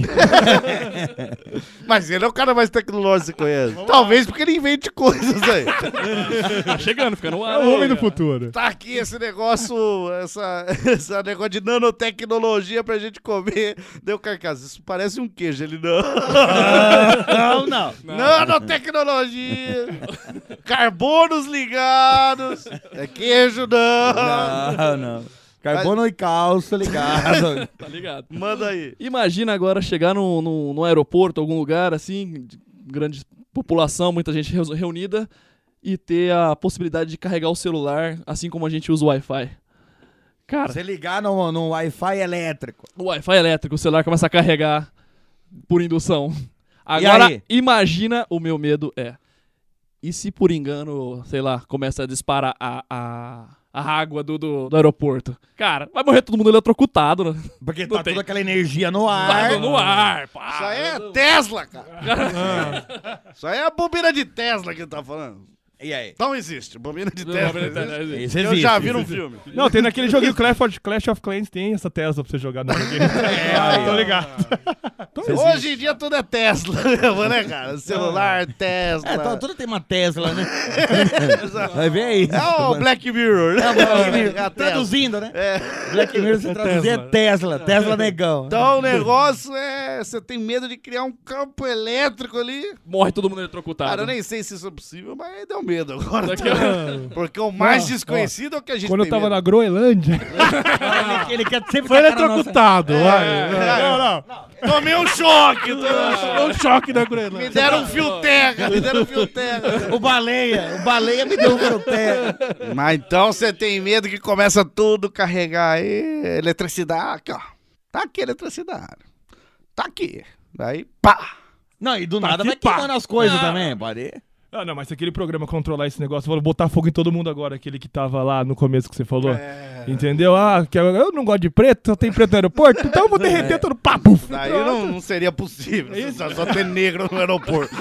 Mas ele é o cara mais tecnológico que você conhece. Talvez porque ele invente coisas aí. Tá chegando, fica no É ar. o homem do cara. futuro. Tá aqui esse negócio, essa, esse negócio de nanotecnologia pra gente comer. Deu carcaça. Isso parece um queijo. Ele não. Não, não. Nanotecnologia. Carbonos ligados. É queijo, não. Não, não. Carbono e cálcio ligado. Tá ligado? Manda aí. Imagina agora chegar no, no, no aeroporto, algum lugar assim, de grande população, muita gente reu- reunida, e ter a possibilidade de carregar o celular, assim como a gente usa o Wi-Fi. Cara, Você ligar no, no Wi-Fi elétrico. o Wi-Fi elétrico, o celular começa a carregar por indução. Agora, aí? imagina o meu medo é. E se por engano, sei lá, começa a disparar a, a, a água do, do, do aeroporto? Cara, vai morrer todo mundo eletrocutado, né? Porque Não tá tem. toda aquela energia no ar. Tá no ar, pá. Isso aí é Tesla, cara. Isso aí é a bobina de Tesla que ele tá falando. E aí? Então existe. Bobina de Não, Tesla. não, não, não, existe. não. Isso Eu existe. já vi isso num existe. filme. Não, tem naquele joguinho Clash of, Clash of Clans, tem essa Tesla pra você jogar no joguinho. É, Ah, aí, tô ó. ligado. Hoje em dia tudo é Tesla, né, cara? Celular, Tesla. É, to- tudo tem uma Tesla, né? Vai ver aí. É o Black Mirror, né? É o Black Mirror. É a Tesla. Traduzindo, né? É. Black Mirror se traduzir é Tesla. Tesla negão. Então o negócio é... Você tem medo de criar um campo elétrico ali. Morre todo mundo eletrocutado. Cara, eu nem sei se isso é possível, mas deu medo agora. Daqui a- Porque o mais Ó, desconhecido é o que a gente Quando eu tem tava medo. na Groenlândia. Ele, ele quer sempre Foi tacar na nossa- eletrocutado, vai. É, Não, não. Tomei um choque. tomei um choque. Foi um choque da Me Groenlândia. deram um fio terra, me deram um fio terra. O baleia. O baleia me deu um froté. Mas então você tem medo que começa tudo a carregar aí, eletricidade, aqui ó. Tá aqui a eletricidade. Tá aqui. Daí, pá. Não, e do Tá nada aqui, vai pá. queimando as coisas também, pode. Ah, não, mas se aquele programa controlar esse negócio, eu vou botar fogo em todo mundo agora, aquele que tava lá no começo que você falou. É. Entendeu? Ah, que eu eu não gosto de preto, só tem preto no aeroporto, então eu vou derreter todo papo. Daí não, não seria possível. Só, só ter negro no aeroporto.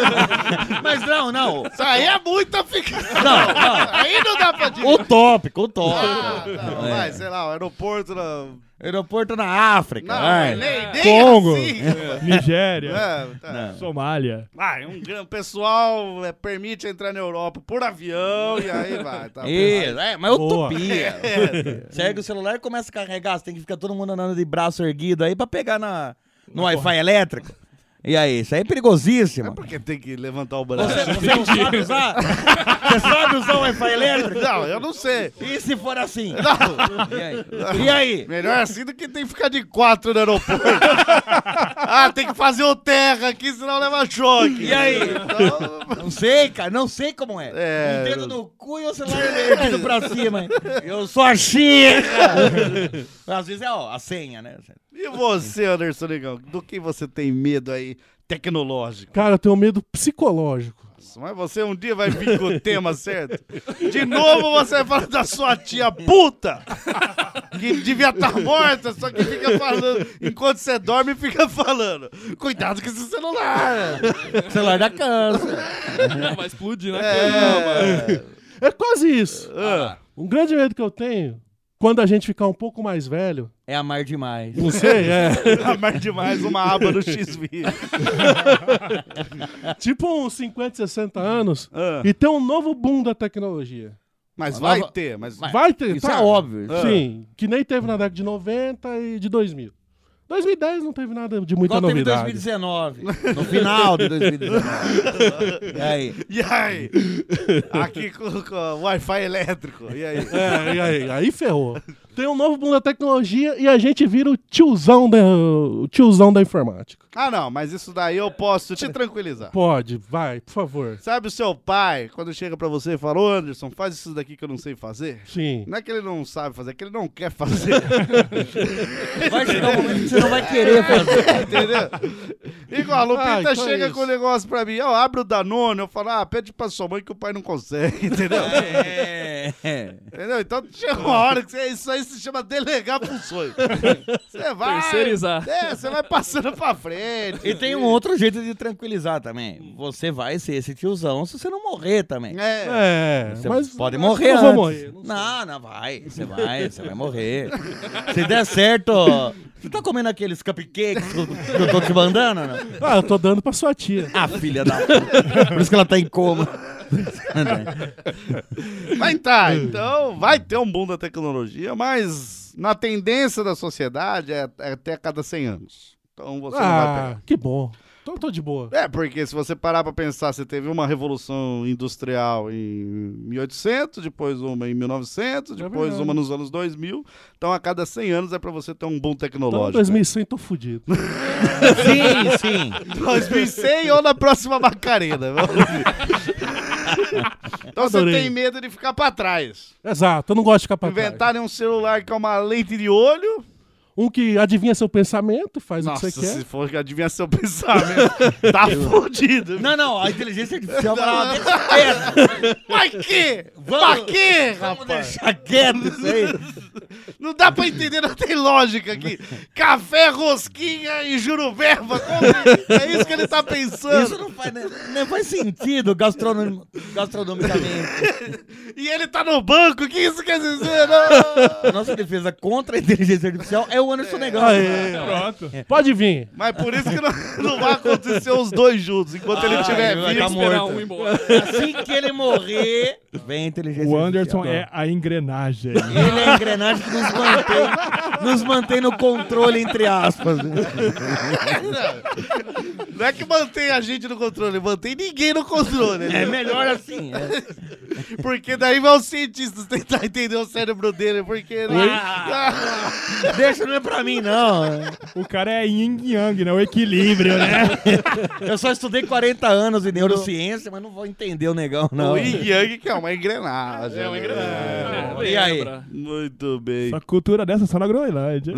Mas não, não. Isso aí é muita ficção. Não, não. Aí não dá pra dizer. Utópico, utópico. Ah, não, É. vai, sei lá, o aeroporto na... Aeroporto na África. Não, vai. nem, nem Congo. assim. Nigéria, É, tá. Não. Somália. Vai, um gran- pessoal é, permite entrar na Europa por avião e aí vai. Tá, Isso, é, mas Boa. utopia. Segue o celular e começa a carregar. Você tem que ficar todo mundo andando de braço erguido aí pra pegar na, no Wi-Fi elétrico. E aí, isso aí é perigosíssimo. É porque tem que levantar o braço. Você, você não sabe usar? Você sabe usar o Wi-Fi elétrico? Não, eu não sei. E se for assim? Não. E aí? E aí? Melhor assim do que tem que ficar de quatro no aeroporto. Ah, tem que fazer o terra aqui, senão leva choque. E aí? Então... Não sei, cara, não sei como é. É... Um dedo no cu e o celular erguido pra cima. Eu sou a Chica. Às vezes é, ó, a senha, né? E você, Anderson Negão, do que você tem medo aí tecnológico? Cara, eu tenho medo psicológico. Mas você um dia vai vir com o tema certo. De novo você vai falar da sua tia puta, que devia estar morta, só que fica falando, enquanto você dorme, fica falando. Cuidado com esse celular. O celular da câncer. Vai explodir na É, cama. É quase isso. Ah. Um grande medo que eu tenho, quando a gente ficar um pouco mais velho... É amar demais. Não sei, é. Amar demais uma aba no X-Video. Tipo uns cinquenta, sessenta anos Ah. e ter um novo boom da tecnologia. Mas Uma vai nova- ter, mas... Vai ter, Isso tá? é óbvio. Ah. Sim, que nem teve na década de noventa e de dois mil. dois mil e dez não teve nada de muita Igual teve em dois novidade. mil e dezenove. No final de dois mil e dezenove. E aí? E aí? Aqui com, com o Wi-Fi elétrico. E aí? É, e aí? Aí ferrou. Tem um novo boom da tecnologia e a gente vira o tiozão da, o tiozão da informática. Ah, não, mas isso daí eu posso te tranquilizar. Pode, vai, por favor. Sabe o seu pai, quando chega pra você e fala, ô Anderson, faz isso daqui que eu não sei fazer? Sim. Não é que ele não sabe fazer, é que ele não quer fazer. Vai chegar um momento que você não vai querer fazer. Entendeu? Igual, a Lupita Ah, então é chega isso. com o negócio pra mim, ó, abre o Danone, eu falo, ah, pede pra sua mãe que o pai não consegue, entendeu? É. Entendeu? Então chega uma hora que você, isso aí se chama delegar funções. Você vai... Terceirizar. É, você vai passando pra frente. E tem um outro jeito de tranquilizar também. Você vai ser esse tiozão se você não morrer também. É. É, Você mas pode acho que morrer eu antes. vou morrer. Não sei. Não, não vai. Você vai, você vai morrer. Se der certo, ó, você tá comendo aqueles cupcakes que eu, que eu tô te mandando, não? Ah, eu tô dando pra sua tia. Ah, filha da... Por isso que ela tá em coma. Mas tá, então vai ter um boom da tecnologia, mas na tendência da sociedade é, é até a cada cem anos. Então você não vai Ah, pegar. que bom. Então tô de boa. É, porque se você parar pra pensar, você teve uma revolução industrial em mil e oitocentos, depois uma em mil e novecentos, depois verdade. uma nos anos dois mil. Então a cada cem anos é pra você ter um boom Então tecnológico. dois mil e cem tô fudido. Sim, sim. dois mil e cem ou na próxima Macarena. Vamos ver. Então você Adorei. tem medo de ficar pra trás. Exato, eu não gosto de ficar pra trás. Inventarem um celular que é uma lente de olho. Um que adivinha seu pensamento, faz Nossa, o que você quer. se for que adivinhar seu pensamento, tá fudido. Não, não, a inteligência artificial vai lá quieto. Mas que? Vamos- Pra quê, Vamos rapaz? deixar quieto isso aí. Não dá pra entender, não tem lógica aqui. Café, rosquinha e jurubeba. Como que- é isso que ele tá pensando. Isso não faz, não faz sentido gastronom, gastronomicamente. E ele tá no banco, o que isso quer dizer? Não. A nossa defesa contra a inteligência artificial é o Anderson Negão. Aê, Pronto. pode vir. Mas por isso que não, não vai acontecer os dois juntos, enquanto ele estiver vai vivo. tá Esperar morto. um embora. Assim que ele morrer, vem a inteligência O Anderson artificial. é a engrenagem. Ele é a engrenagem que nos mantém, nos mantém no controle, entre aspas. Não é que mantém a gente no controle, mantém ninguém no controle. É melhor assim. É. Porque daí vai os cientistas tentar entender o cérebro dele, porque... Ah, deixa, não é pra mim, não. O cara é yin e yang, né? O equilíbrio, né? Eu só estudei quarenta anos em neurociência, mas não vou entender o negão, não. O Yin Yang, que é uma engrenagem. É uma engrenagem. E aí? Lembra? Muito bem. Essa cultura dessa só na Groenlândia.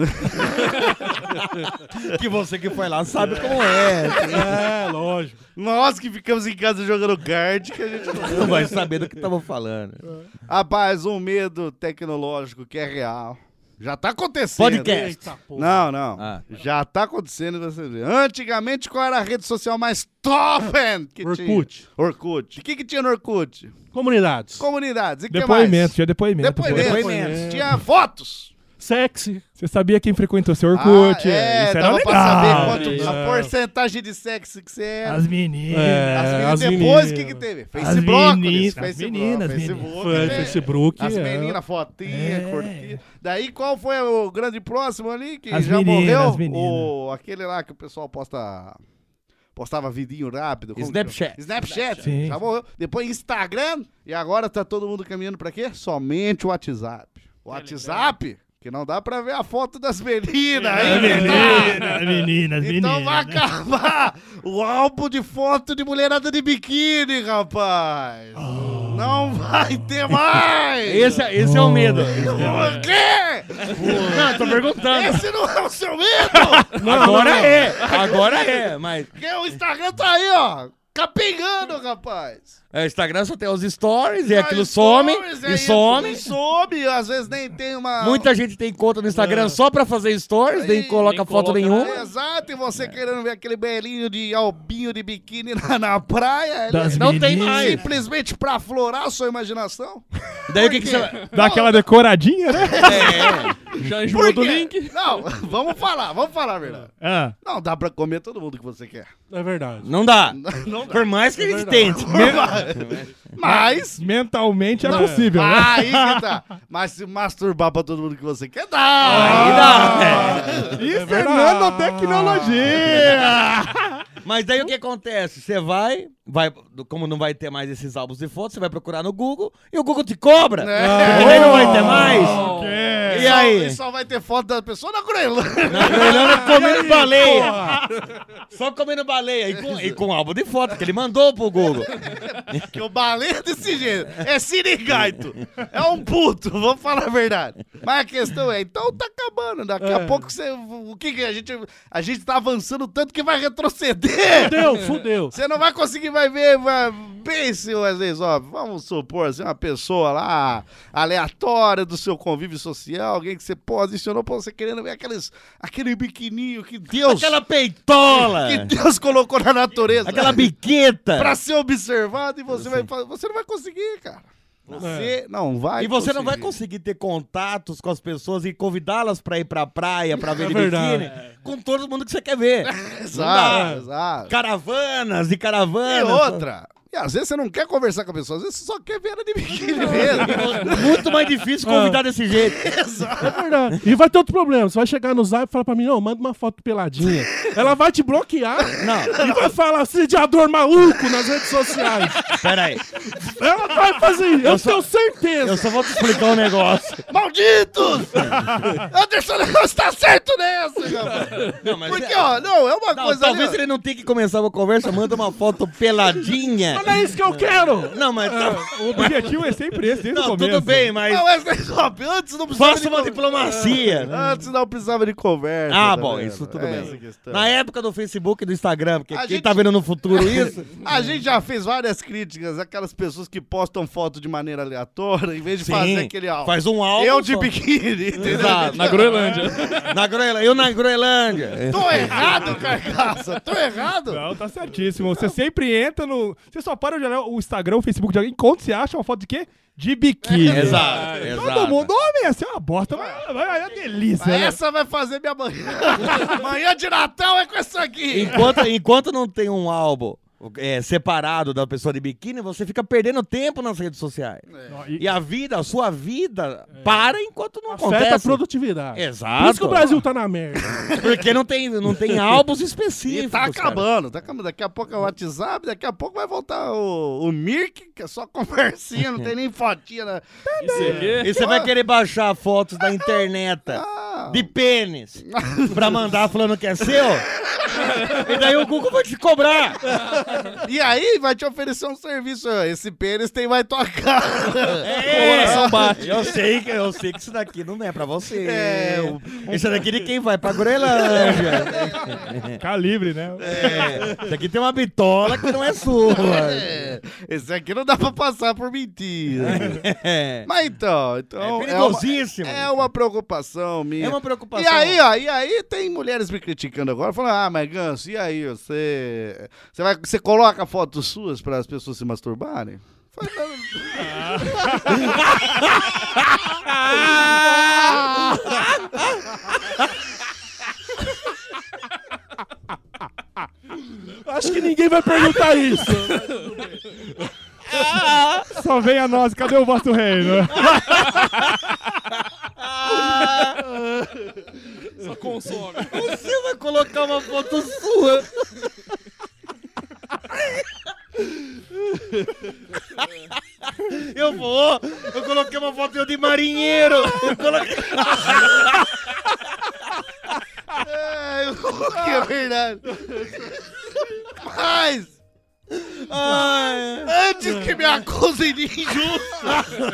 Que você que foi lá sabe como é. É, lógico. Nós que ficamos em casa jogando kart, que a gente não... Não vai saber do que estamos falando. Rapaz, um medo tecnológico que é real. Já tá acontecendo. Podcast. Eita, porra. Não, não. Ah. Já tá acontecendo. Você vê. Antigamente, qual era a rede social mais top que tinha? Orkut. Orkut. O que, que tinha no Orkut? Comunidades. Comunidades. E que Depoimento, mais? tinha depoimento. pô. Depoimento. Depoimento. Tinha fotos. Sexy. Você sabia quem frequentou seu Orkut? Ah, é, Isso era dava legal. pra saber quanto, isso. a porcentagem de sexo que você era. As meninas. É, As meninas. as Depois, o meninas. que que teve? As Facebook. meninas, Facebook, as meninas, Facebook, Foi, né? Facebook. As é. meninas, fotinha, É. curtia. Daí, qual foi o grande próximo ali que As já meninas, morreu? as meninas. O, aquele lá que o pessoal posta postava vidinho rápido. como que Snapchat. chama? Snapchat. Sim. Já morreu. Depois Instagram. E agora tá todo mundo caminhando pra quê? Somente o WhatsApp. O WhatsApp, que não dá pra ver a foto das meninas. É, Aí, meninas, meninas, então meninas. vai acabar o álbum de foto de mulherada de biquíni, rapaz. Oh. Não vai ter mais. Esse, esse é o medo. O quê? Não, tô perguntando. Esse não é o seu medo? Agora é, agora é, mas Porque o Instagram tá aí, ó, capengando, rapaz. é, o Instagram só tem os stories e aquilo As some stories, é e isso, some. e some, às vezes nem tem uma... Muita gente tem conta no Instagram só pra fazer stories, nem Aí, coloca nem foto coloca nenhuma. É, exato, e você querendo ver aquele belinho de albinho de biquíni na, na praia, ele- Das Não tem meninas. mais. simplesmente pra aflorar a sua imaginação. Daí o que que você vai... Dá aquela decoradinha, né? É, Já Por enjoou do quê? link? Não, vamos falar, vamos falar a verdade. Ah. Não dá pra comer todo mundo que você quer. É verdade. não dá. Não dá. Por mais que a gente tente. Mas... Mentalmente é possível, né? Aí que tá. Mas se masturbar pra todo mundo que você quer, dá. Aí dá. E É Fernando verdade. Tecnologia! Mas daí o que acontece? Você vai, vai, como não vai ter mais esses álbuns de fotos, você vai procurar no Google e o Google te cobra. É. Porque daí não vai ter mais. É. E aí? Só, e só vai ter foto da pessoa na Groenlândia. Na Groenlândia comendo baleia. Só comendo baleia. E com, e com álbum de foto que ele mandou pro Google. Que o baleia é desse jeito. É sirigaito. É um puto, vamos falar a verdade. Mas a questão é, então tá acabando. Daqui a É. pouco você. O que que a gente. A gente tá avançando tanto que vai retroceder. Fudeu, fudeu. Você não vai conseguir, vai ver, vai, pense, às vezes, ó, vamos supor, assim, uma pessoa lá, aleatória do seu convívio social, alguém que você posicionou pra você querendo ver aqueles, aquele biquininho que Deus, Aquela peitola. que Deus colocou na natureza. Aquela biqueta. Pra ser observado e você, vai, fa- você não vai conseguir, cara. Você não vai E você não vai conseguir. conseguir ter contatos com as pessoas e convidá-las pra ir pra praia, pra ver É de verdade. biquíni, com todo mundo que você quer ver. Exato, exato. Caravanas e E caravanas. outra, e às vezes você não quer conversar com a pessoa, às vezes você só quer ver ela de biquíni mesmo. Muito mais difícil convidar desse jeito. Exato. É verdade. E vai ter outro problema. Você vai chegar no zap e falar pra mim, não, manda uma foto peladinha. Ela vai te bloquear Não, e vai falar assediador maluco nas redes sociais. pera aí. Ela vai fazer isso, eu, Eu só- tenho certeza. Eu só vou te explicar um negócio. Malditos! Anderson Negócio tá certo nessa, cara. Não, mas Porque, é- ó, não, é uma Não, coisa talvez ali, ó. ele não tenha que começar uma conversa, manda uma foto peladinha. Mas não é isso que eu quero. Não, mas tá... O objetivo é sempre esse, desde o Não, começo. tudo bem, mas Não, Wesley Zop, antes não precisava faça de uma con- diplomacia. Antes não precisava de conversa. Ah, tá bom, vendo? isso tudo É bem. essa a questão. Na época do Facebook e do Instagram, porque A quem gente- tá vendo no futuro isso... A gente já fez várias críticas àquelas pessoas que postam foto de maneira aleatória, em vez de Sim, fazer aquele álbum. faz um álbum Eu de só. biquíni, entendeu? Exato. Na Groenlândia. Na Groenlândia, eu na Groenlândia. Tô errado, carcaça, tô errado. Não, tá certíssimo. Você sempre entra no... Você só para de olhar o Instagram, o Facebook de alguém, quando você acha uma foto de quê? De biquíni. Exato, Todo exato. mundo, homem, essa é uma bosta, mas mas é uma delícia, né? Essa vai fazer minha manhã. Manhã de Natal é com essa aqui. Enquanto, enquanto não tem um álbum é, separado da pessoa de biquíni, você fica perdendo tempo nas redes sociais. Não, e- E a vida, a sua vida, para enquanto não Afeta a acontece. produtividade. Exato. Por isso que o Brasil tá na merda. Porque não tem, não tem álbuns E específicos. tá cara. acabando, tá acabando. Daqui a pouco é o WhatsApp, daqui a pouco vai voltar o, o Mirk, que é só conversinha, não tem nem fotinha. Né? Isso aqui. E você vai querer baixar fotos da internet Ah, de pênis pra mandar falando que é seu? E daí o Google vai te cobrar. E aí vai te oferecer um serviço. ó, Esse pênis tem vai tua cara. É, eu sei que eu sei que isso daqui não é pra você. É, o- Isso daqui de quem vai pra Groenlândia. Calibre, né? É, isso aqui tem uma bitola que não é sua. É, esse aqui não dá pra passar por mentira. É, Mas então, então é perigosíssimo. É uma, é uma preocupação minha. É uma preocupação. E aí, ó, e aí tem mulheres me criticando agora, falando, ah, mas Ganso, e aí, você, você, vai, você coloca fotos suas para as pessoas se masturbarem? Falei, não. Acho que ninguém vai perguntar isso. Só vem a nós, cadê o vosso reino? Só consome. Você vai colocar uma foto sua. Eu vou, eu coloquei uma foto eu de marinheiro. Eu coloquei... É, eu coloquei, é verdade. Mas... Ai. Antes que me acusem de injusto...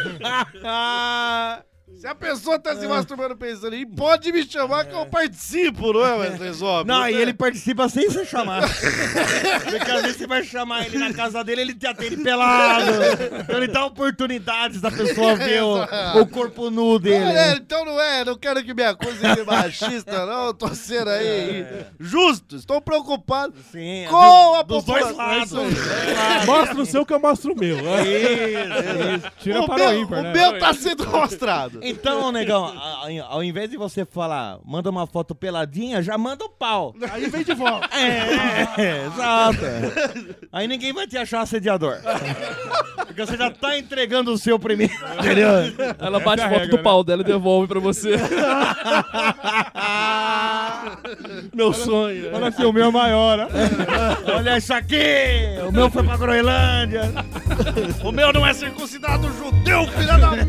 Se a pessoa tá se masturbando pensando em pode me chamar que eu participo, não é, Wesley Zop? Não, e ele participa sem ser chamado. Porque às vezes você vai chamar ele na casa dele, ele te atende pelado. Então ele dá oportunidades da pessoa ver o, o corpo nu dele. Não, é, então não é, não quero que me acusem de machista, não. Eu tô sendo aí justo, estou preocupado Sim, com a dos população. dois lados. Mostra o seu que eu mostro o meu. Né? Isso, isso. Tira O para o meu, ímpar, o né? meu tá sendo mostrado. Então, negão, a- a- ao invés de você falar, manda uma foto peladinha, já manda o pau. Aí vem de volta. É, é, exato. Aí ninguém vai te achar assediador. Porque você já tá entregando o seu primeiro. Entendeu? Ela bate Essa é a foto regra, do pau dela e devolve pra você. Meu sonho. Olha assim, o meu é maior, né? Olha isso aqui! O meu foi pra Groenlândia. O meu não é circuncidado judeu, filha da...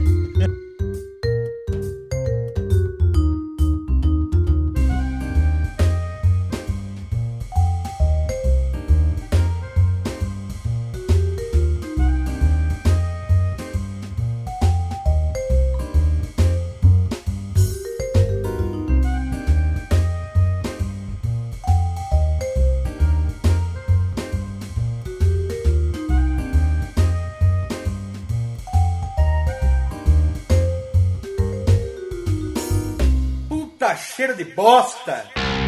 Puta cheiro de bosta!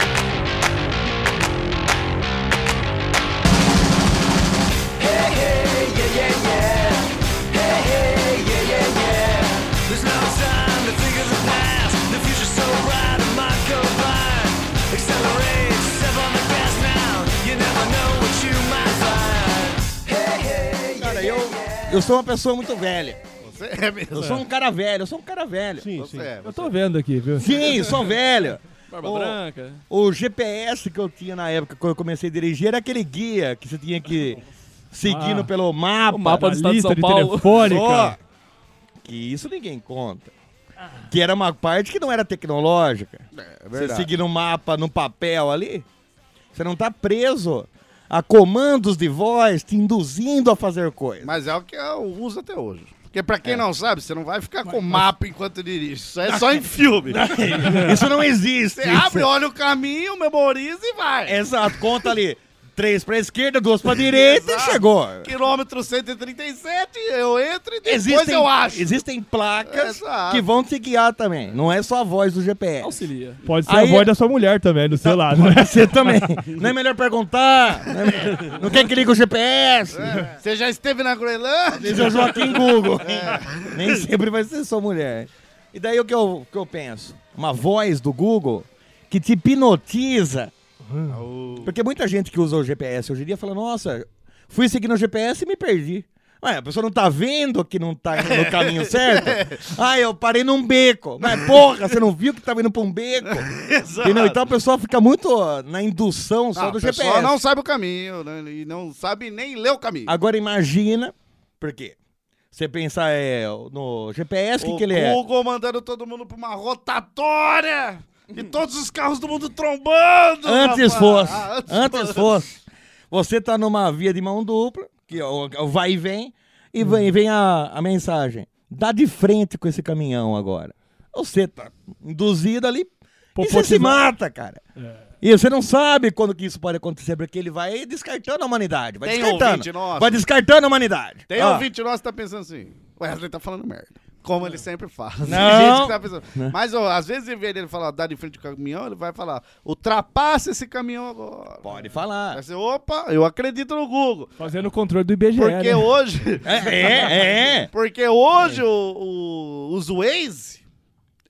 Cara, eu, eu sou uma pessoa muito velha. Você é mesmo. Eu sou um cara velho, eu sou um cara velho. Sim, Você sim. é. Eu tô vendo aqui, viu? Sim, sou velho. Barba Ô, branca. O G P S que eu tinha na época, quando eu comecei a dirigir, era aquele guia que você tinha que seguindo Ah. pelo mapa. O mapa do A estado de lista São de Paulo. telefone, Ó, cara. que isso ninguém conta. Que era uma parte que não era tecnológica. É Você verdade. seguir no mapa, no papel ali, você não tá preso a comandos de voz te induzindo a fazer coisas. Mas é o que eu uso até hoje. Porque pra quem não sabe, você não vai ficar com mapa enquanto dirige. Isso é só em filme. Isso não existe. Você abre, olha o caminho, memoriza e vai. Exato, conta ali. Três pra esquerda, duas pra direita e Exato. chegou. Quilômetro cento e trinta e sete, eu entro e depois Existem, eu acho. existem placas Exato. que vão te guiar também. Não é só a voz do G P S. Auxilia. Pode ser Aí- a voz da sua mulher também, do seu lado, né? Você também. Não é melhor perguntar? Não, é me- não quer que liga o G P S? É. Você já esteve na Groenlândia? Diz o Joaquim Google. Nem sempre vai ser sua mulher. E daí o que eu, o que eu penso? Uma voz do Google que te hipnotiza. Porque muita gente que usa o G P S hoje em dia fala, nossa, fui seguindo o G P S e me perdi. Ué, a pessoa não tá vendo que não tá no caminho certo? Ah, eu parei num beco. Mas porra, você não viu que tava indo pra um beco? Entendeu? Então a pessoa fica muito ó, na indução só Não, do a G P S. pessoa não sabe o caminho, né? E não sabe nem ler o caminho. Agora imagina, por quê? Você pensar é, no G P S, o que, o que ele é? Google mandando todo mundo pra uma rotatória e todos os carros do mundo trombando. Antes rapaz. fosse, Ah, antes, antes fosse. Você tá numa via de mão dupla, que é o, o vai e vem, e vem, vem a, a mensagem. Dá de frente com esse caminhão agora. Você tá induzido ali e você se mata, cara. E você não sabe quando que isso pode acontecer, porque ele vai descartando a humanidade. Vai Tem descartando. ouvinte nosso. Vai descartando a humanidade. Tem Ó, ouvinte nosso que tá pensando assim, o Wesley tá falando merda. Como ele sempre fala. Tem Não. gente que tá pensando. Mas, ó, às vezes, em vez dele falar, dar de frente com o caminhão, ele vai falar, ultrapassa esse caminhão agora. Pode falar. Vai ser, opa, eu acredito no Google. Fazendo o controle do I B G E, Porque né? hoje... É, é, é. Porque hoje o, o, os Waze,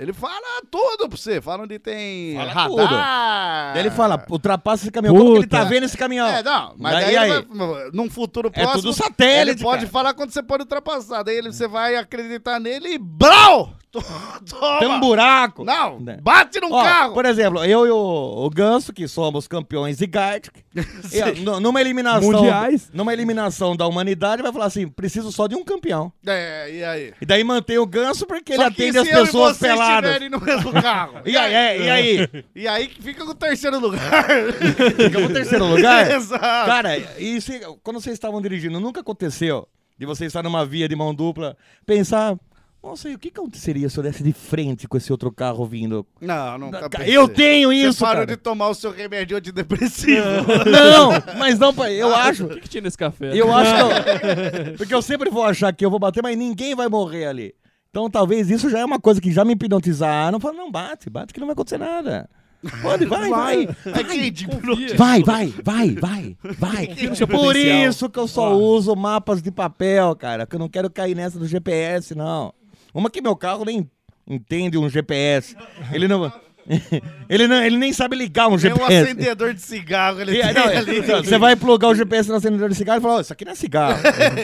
Ele fala tudo pra você. Fala onde tem Fala radar. Daí ele fala, ultrapassa esse caminhão. Como que ele tá Puta. vendo esse caminhão? É, não, mas Daí daí, aí? ele vai- num futuro É próximo... tudo satélite, Ele pode cara. falar quando você pode ultrapassar. Daí ele, você vai acreditar nele e... Brau! Toma! Tem um buraco. Não, Né? bate num Ó, carro! por exemplo, eu e o, o Ganso, que somos campeões de Gartic, eu, nu- numa eliminação Mundiais. numa eliminação da humanidade, vai falar assim, preciso só de um campeão. É, e aí? E daí mantém o Ganso porque ele Só que atende se as eu e pessoas você peladas. estiverem no mesmo carro? E aí, é, e aí? E aí que fica com o terceiro lugar. Fica no terceiro lugar? Exato. Cara, e se- quando vocês estavam dirigindo, nunca aconteceu de você estar numa via de mão dupla, pensar, nossa, e o que aconteceria se eu desse de frente com esse outro carro vindo? Não, nunca pensei. Eu tenho isso, Você parou cara. de tomar o seu remédio antidepressivo. Não, mas não, pai, eu acho... O que, que tinha nesse café? Eu acho que eu, porque eu sempre vou achar que eu vou bater, mas ninguém vai morrer ali. Então talvez isso já é uma coisa que já me hipnotizaram. Fala, não, bate, bate que não vai acontecer nada. Pode, vai, vai. É quem te hipnotiza? Vai, vai, vai, vai, vai. Por isso que eu só uso mapas de papel, cara, que eu não quero cair nessa do G P S, não. Uma que meu carro nem entende um G P S. Ele não... Ele, não, ele nem sabe ligar um Tem G P S. um acendedor de cigarro, ele E, tem não, ali. você vai plugar o G P S no acendedor de cigarro e fala, oh, isso aqui não é cigarro.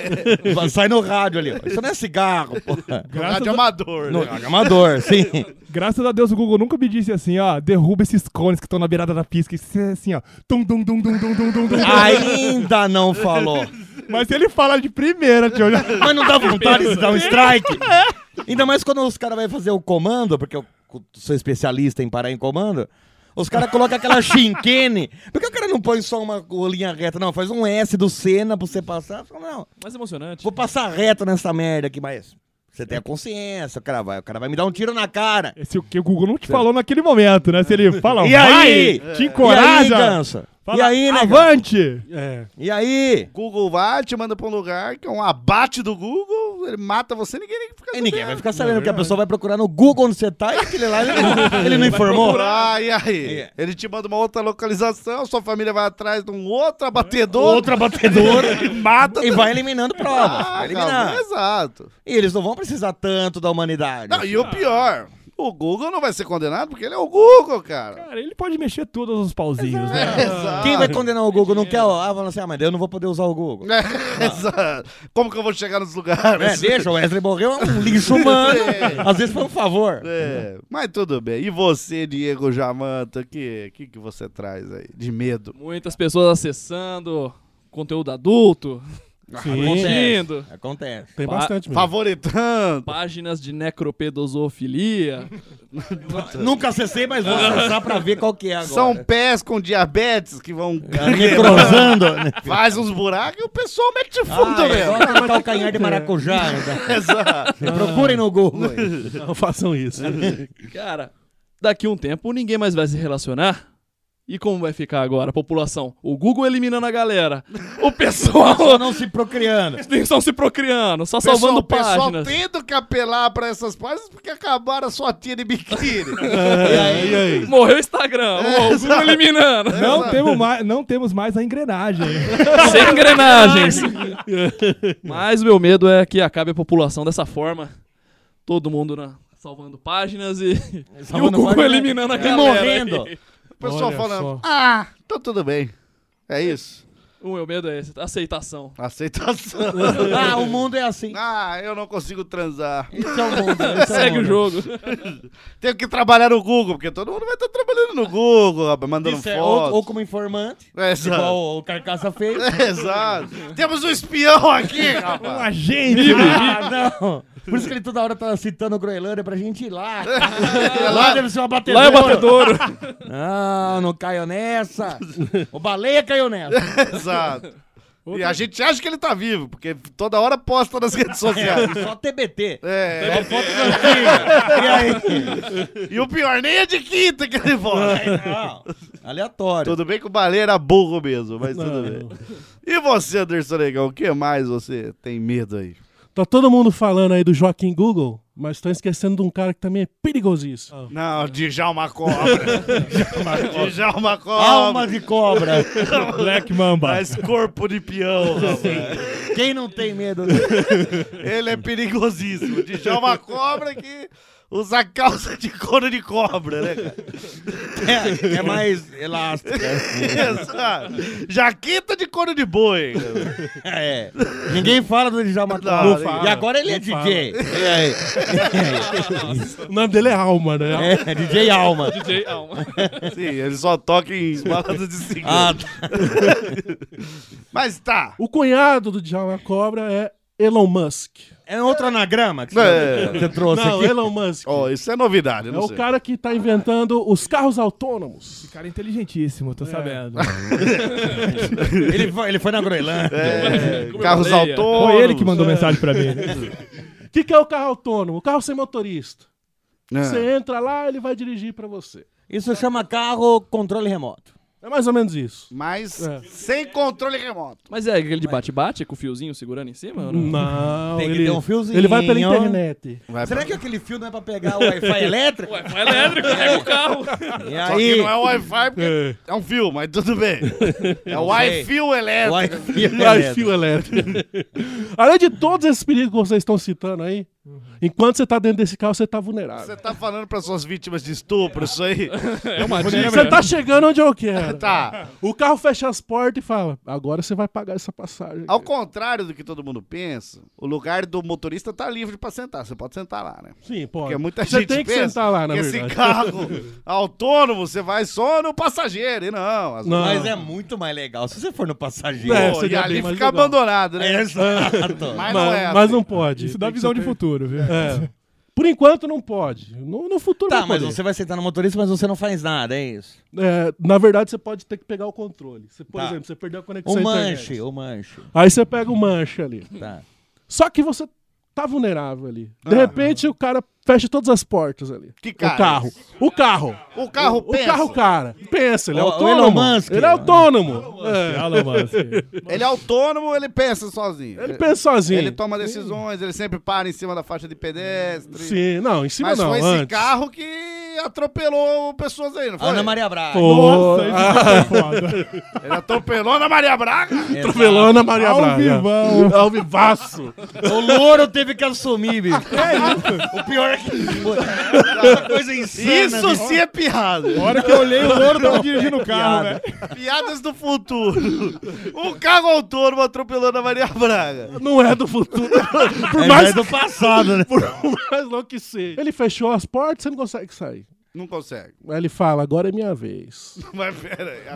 Sai no rádio ali, ó. Isso não é cigarro, porra. Rádio amador, No né? rádio amador, sim. Graças a Deus o Google nunca me disse assim, ó, derruba esses cones que estão na beirada da pista. Isso é assim, ó. Tum, tum, tum, tum, tum, tum, tum, tum. Ainda não falou. Mas se ele fala de primeira, tio. já- Mas não dá vontade de dar um strike. Ainda mais quando os caras vão fazer o comando, porque eu sou especialista em parar em comando. Os caras colocam aquela chinquene. Por que o cara não põe só uma linha reta? Não, faz um S do Senna pra você passar. Fala, não, Mais emocionante. vou passar reto nessa merda aqui, mas você tem a consciência. O cara vai, o cara vai me dar um tiro na cara. Esse o que o Google não te falou naquele momento, né? Se ele fala, E vai, aí? te E encoraja. aí, Ganso? Fala, E aí, né? avante! É. E aí? Google vai, te manda pra um lugar que é um abate do Google, ele mata você, ninguém nem fica E ninguém vai sabendo. ficar sabendo, porque a pessoa vai procurar no Google onde você tá e aquele lá ele não, ele não informou. Ah, e aí? É. Ele te manda uma outra localização, sua família vai atrás de um outro abatedor. Outro abatedor e mata. e vai eliminando provas. Ah, vai eliminar. calma, exato. E eles não vão precisar tanto da humanidade. Não, e o pior, o Google não vai ser condenado porque ele é o Google, cara. Cara, ele pode mexer todos os pauzinhos, né? Exato. Quem vai condenar o Google? Não quer? Ah, falando assim, ah, mas eu não vou poder usar o Google. É, exato. Como que eu vou chegar nos É, lugares? deixa, o Wesley morreu, é um lixo humano. É. Às vezes foi um favor. É, mas tudo bem. E você, Diego Jamanta, o que, que, que você traz aí de medo? Muitas pessoas acessando conteúdo adulto, curtindo, Acontece. Tem Pa- bastante mesmo. Favoritando. páginas de necropedosofilia. Nunca acessei, mas vou acessar pra ver qual que é agora. São pés com diabetes que vão necrosando. faz uns buracos e o pessoal mete fundo Ah, é, mesmo. igual aquele calcanhar de maracujá. Então. Exato. Procurem no Google. aí. Não façam isso. Cara, daqui a um tempo ninguém mais vai se relacionar. E como vai ficar agora a população? O Google eliminando a galera. O pessoal Só não se procriando. estão se procriando, só Pessoal, salvando o pessoal páginas. tendo que apelar pra essas páginas porque acabaram a sua tia de biquíni. E aí? E aí? Morreu o Instagram, o Google eliminando. Não temos, mais, não temos mais a engrenagem. Sem engrenagens. Mas o meu medo é que acabe a população dessa forma. Todo mundo na- salvando páginas e, e o Salvando Google página eliminando a e galera. morrendo. aí. O pessoal Olha falando, só. ah, tá tudo bem. É isso. O meu medo é esse, aceitação. Aceitação. Ah, o mundo é assim. Ah, eu não consigo transar. Esse é o mundo. esse é Segue o mundo. jogo. Tenho que trabalhar no Google, porque todo mundo vai estar trabalhando no Google, rapaz, mandando Isso é, ou, fotos. ou como informante, É, exato. igual o Carcaça fez. Exato. Temos um espião aqui, Um rapaz. agente! Ah, não. Por isso que ele toda hora tá citando o Groenlândia pra gente ir lá. Lá deve ser uma batedoura. Lá é o batedouro. Não, não caiu nessa. O Baleia caiu nessa. Exato. E a gente acha que ele tá vivo, porque toda hora posta nas redes sociais. Só T B T. É. Só fotos antigas. E aí? E o pior, nem é de quinta que ele volta. Não, aleatório. Tudo bem que o baleia era burro mesmo, mas tudo bem. E você, Anderson Negão, o que mais você tem medo aí? Tá todo mundo falando aí do Joaquim Google, mas estão esquecendo de um cara que também é perigosíssimo. Não, Djalma Cobra. Djalma Cobra. Alma de cobra. Black Mamba. Mas corpo de peão, rapaz. Quem não tem medo? Ele é perigosíssimo. Djalma Cobra que Usa calça de couro de cobra, né, cara? É, é mais elástica. Exato. Jaqueta de couro de boi. É. Ninguém fala do Djalma Não, Cobra. fala. E agora ele é Não D J. E aí? O nome dele é Alma, né? É, D J Alma. D J Alma. Sim, ele só toca em baladas de cigarro. Ah, tá. Mas tá. O cunhado do Djalma Cobra é Elon Musk. É outro anagrama que você, É. você trouxe Não, aqui? Elon Musk. Ó, isso é novidade, É não o sei. cara que tá inventando os carros autônomos. Esse cara é inteligentíssimo, tô sabendo. Ele foi, ele foi na Groenlândia. É, Como carros baleia. autônomos. Foi ele que mandou mensagem pra mim. Né? O que, que é o carro autônomo? O carro sem motorista. É. Você entra lá, ele vai dirigir pra você. Isso chama carro controle remoto. É mais ou menos isso. Mas É. sem controle remoto. Mas é aquele de bate-bate com o fiozinho segurando em cima? Ou não? Não, Tem que ele, ter um fiozinho. ele vai pela internet. Vai Será pra- que aquele fio não é pra pegar o Wi-Fi elétrico? Ué, foi elétrico, pega o carro. E Só aí... que não é o Wi-Fi, porque é um fio, mas tudo bem. É o Wi-Fi elétrico. Wi-Fi Vai elétrico. fio elétrico. Além de todos esses perigos que vocês estão citando aí, enquanto você tá dentro desse carro, você tá vulnerável. Você tá falando para suas vítimas de estupro, isso aí? É uma dica. Você tá chegando onde eu quero. Tá. O carro fecha as portas e fala, agora você vai pagar essa passagem. Ao contrário do que todo mundo pensa, o lugar do motorista tá livre pra sentar. Você pode sentar lá, né? Sim, pode. Porque muita Você gente tem que pensa sentar lá, na que verdade. esse carro autônomo, você vai só no passageiro. E não. As... Não. Mas é muito mais legal se você for no passageiro. É, Pô, seria e ali bem mais fica legal. abandonado, né? É, exato. Mas Mas, não é mas assim. não pode. Isso dá Tem que visão ser de per- futuro, viu? É. Por enquanto não pode. No, no futuro Tá, vai mas poder. você vai sentar no motorista, mas você não faz nada, é isso? É, na verdade, você pode ter que pegar o controle. Você, por Tá. exemplo, você perdeu a conexão O à internet. manche, o manche. Aí você pega o manche ali. Tá. Só que você tá vulnerável ali. De Ah. repente, o cara fecha todas as portas ali. Que cara? O carro. O carro. O carro o, pensa. O carro, cara. Pensa, ele é O- o autônomo. Elon Musk. Ele é autônomo. É. Elon Musk. Ele é autônomo, ele pensa sozinho. Ele pensa sozinho. Ele toma decisões, ele sempre para em cima da faixa de pedestre. Sim, não, em cima Mas não. foi esse antes. carro que atropelou pessoas aí, não foi? Ana Maria Braga. Pô, Nossa, isso ah, foi foda. Ele atropelou Ana Maria Braga. atropelou Ana Maria Ao Braga. vivão. Ao vivaço. O louro teve que assumir, bicho. O pior é que... Essa coisa insana, Isso bicho. sim é piada. A hora que eu olhei, o louro tava dirigindo o carro, velho. Piadas do futuro. Um carro autônomo atropelou Ana Maria Braga. Não é do futuro. Por É mais, mais do passado, né? por mais louco que seja. Ele fechou as portas, você não consegue sair. Não consegue. Aí ele fala, agora é minha vez. Mas pera aí.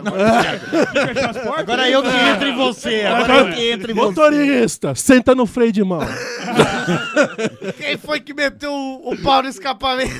Agora... Agora eu que entro em você. Agora eu que entro em você. Motorista, senta no freio de mão. Quem foi que meteu o, o pau no escapamento?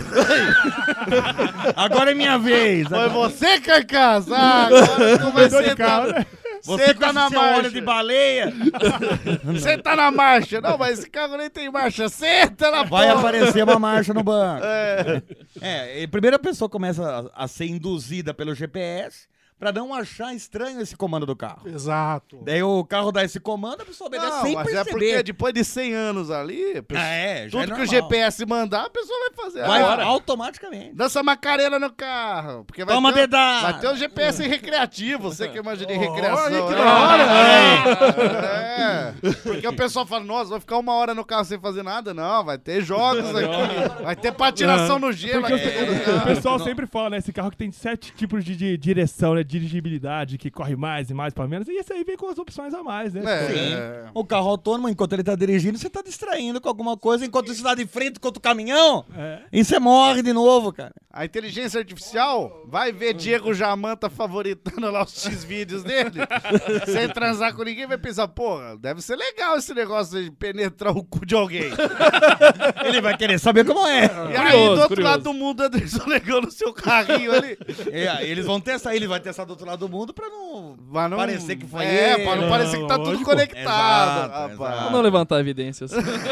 Agora é minha vez. Foi você, Carcaça? Ah, agora tu vai Mudou de carro, sentar. né? Você Você com tá esse na seu óleo marcha. de baleia. Você tá na marcha. Não, mas esse carro nem tem marcha. Senta na Vai porra. aparecer uma marcha no banco. É. É, e primeiro a pessoa começa a, a ser induzida pelo G P S pra não achar estranho esse comando do carro. Exato. Daí o carro dá esse comando, a pessoa obedece Não, sem mas perceber. é porque depois de cem anos ali, a pessoa- Ah, é, já tudo é que normal. o G P S mandar, a pessoa vai fazer. Vai agora. automaticamente. Dança Macarena no carro. Porque vai Toma ter, dedada. vai ter o G P S recreativo. Você que imagina de Olha recreação. que né? da hora. É. Porque o pessoal fala, nossa, vai ficar uma hora no carro sem fazer nada. Não, vai ter jogos aqui. Vai ter patinação no gelo Porque aqui. o, o pessoal sempre fala, né? Esse carro que tem sete tipos de, de direção, né? Dirigibilidade, que corre mais e mais para menos. E esse aí vem com as opções a mais, né? É. O carro autônomo, enquanto ele tá dirigindo, você tá distraindo com alguma coisa, enquanto você tá de frente contra o caminhão, É. e você morre de novo, cara. A inteligência artificial vai ver Diego Jamanta favoritando lá os X-vídeos dele, sem transar com ninguém, vai pensar, porra, deve ser legal esse negócio de penetrar o cu de alguém. Ele vai querer saber como é. E aí, Curioso, do outro curioso. lado do mundo, Anderson Negão no seu carrinho ali. É, aí eles vão testar, ele vai testar do outro lado do mundo pra não, Pra não parecer que foi É, ele. pra não Não, parecer que tá tudo lógico. conectado. Exato, rapaz. exato. Vamos não levantar evidências.